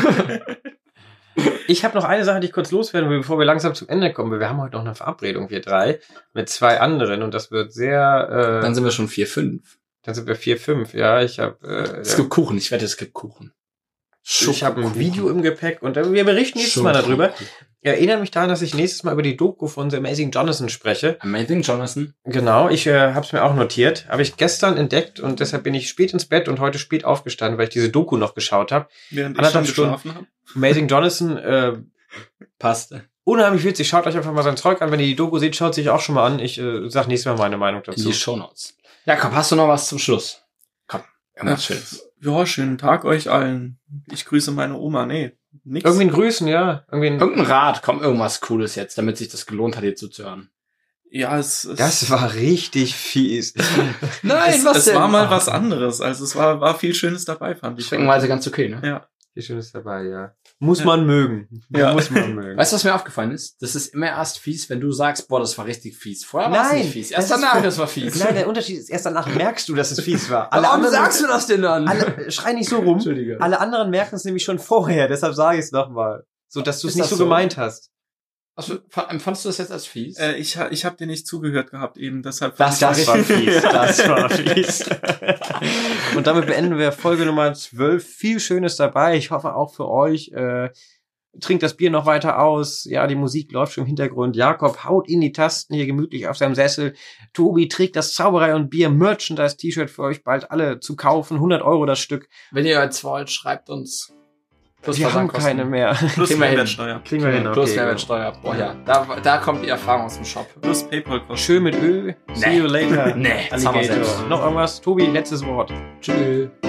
Ich habe noch eine Sache, die ich kurz loswerden will, bevor wir langsam zum Ende kommen. weil Wir haben heute noch eine Verabredung, wir drei, mit zwei anderen und das wird sehr... Äh, Dann sind wir schon vier, fünf. dann sind wir vier, fünf. Ja, ich habe... Äh, Es gibt Kuchen. Ich wette, es gibt Kuchen. ich habe ein Video im Gepäck und äh, wir berichten nächstes Mal darüber. Ich erinnere mich daran, dass ich nächstes Mal über die Doku von The Amazing Jonathan spreche. Amazing Jonathan. Genau, ich äh, habe es mir auch notiert. Habe ich gestern entdeckt und deshalb bin ich spät ins Bett und heute spät aufgestanden, weil ich diese Doku noch geschaut habe. Während ich schon Anderthalb Stunden. geschlafen habe. Amazing Jonathan, äh, Passt. unheimlich witzig. Schaut euch einfach mal sein Zeug an. Wenn ihr die Doku seht, schaut sich auch schon mal an. Ich äh, sag nächstes Mal meine Meinung In dazu. die Shownotes. Jakob, hast du noch was zum Schluss? Komm, irgendwas Schönes. Ja, schönen Tag euch allen. Ich grüße meine Oma. Nee, nix. Irgendwen grüßen, ja. Irgendwen. Irgendein Rat, komm, irgendwas Cooles jetzt, damit sich das gelohnt hat, hier zuzuhören. Ja, es, es, Das war richtig fies. Nein, es, es war mal was anderes. Also es war, war viel Schönes dabei, fand ich. Schreckenweise ganz okay, ne? Ja. Viel Schönes dabei, ja. Muss Ja. man mögen. Ja. Muss man mögen. Weißt du, was mir aufgefallen ist? Das ist immer erst fies, wenn du sagst, boah, das war richtig fies. Vorher war es Nein, nicht fies. Erst das ist danach, voll- das war fies. Nein, der Unterschied ist, erst danach merkst du, dass es fies war. Aber warum anderen- sagst du das denn dann? Alle, schrei nicht so rum. Entschuldige. Alle anderen merken es nämlich schon vorher, deshalb sage ich es nochmal. So, dass du es Ist nicht das so so? gemeint hast. Also, empfandst du das jetzt als fies? Äh, ich ha- ich habe dir nicht zugehört gehabt eben, deshalb. Das fand ich- Das war fies, das war fies. Und damit beenden wir Folge Nummer zwölf. Viel Schönes dabei. Ich hoffe auch für euch. Äh, trinkt das Bier noch weiter aus. Ja, die Musik läuft schon im Hintergrund. Jakob haut in die Tasten hier gemütlich auf seinem Sessel. Tobi trägt das Zauberei und Bier Merchandise T-Shirt für euch bald alle zu kaufen. hundert Euro das Stück. Wenn ihr jetzt wollt, schreibt uns. Plus Wir haben Versandkosten. keine mehr. Plus Kriegen wir hin. Mehrwertsteuer. Kriegen wir hin, Plus okay. Mehrwertsteuer. Boah, ja. Da, da kommt die Erfahrung aus dem Shop. Plus Paypal-Kosten. Schön mit Ö. See Nee. you later. Nee, das haben wir Alligator. selbst. Noch irgendwas? Tobi, letztes Wort. Tschüss.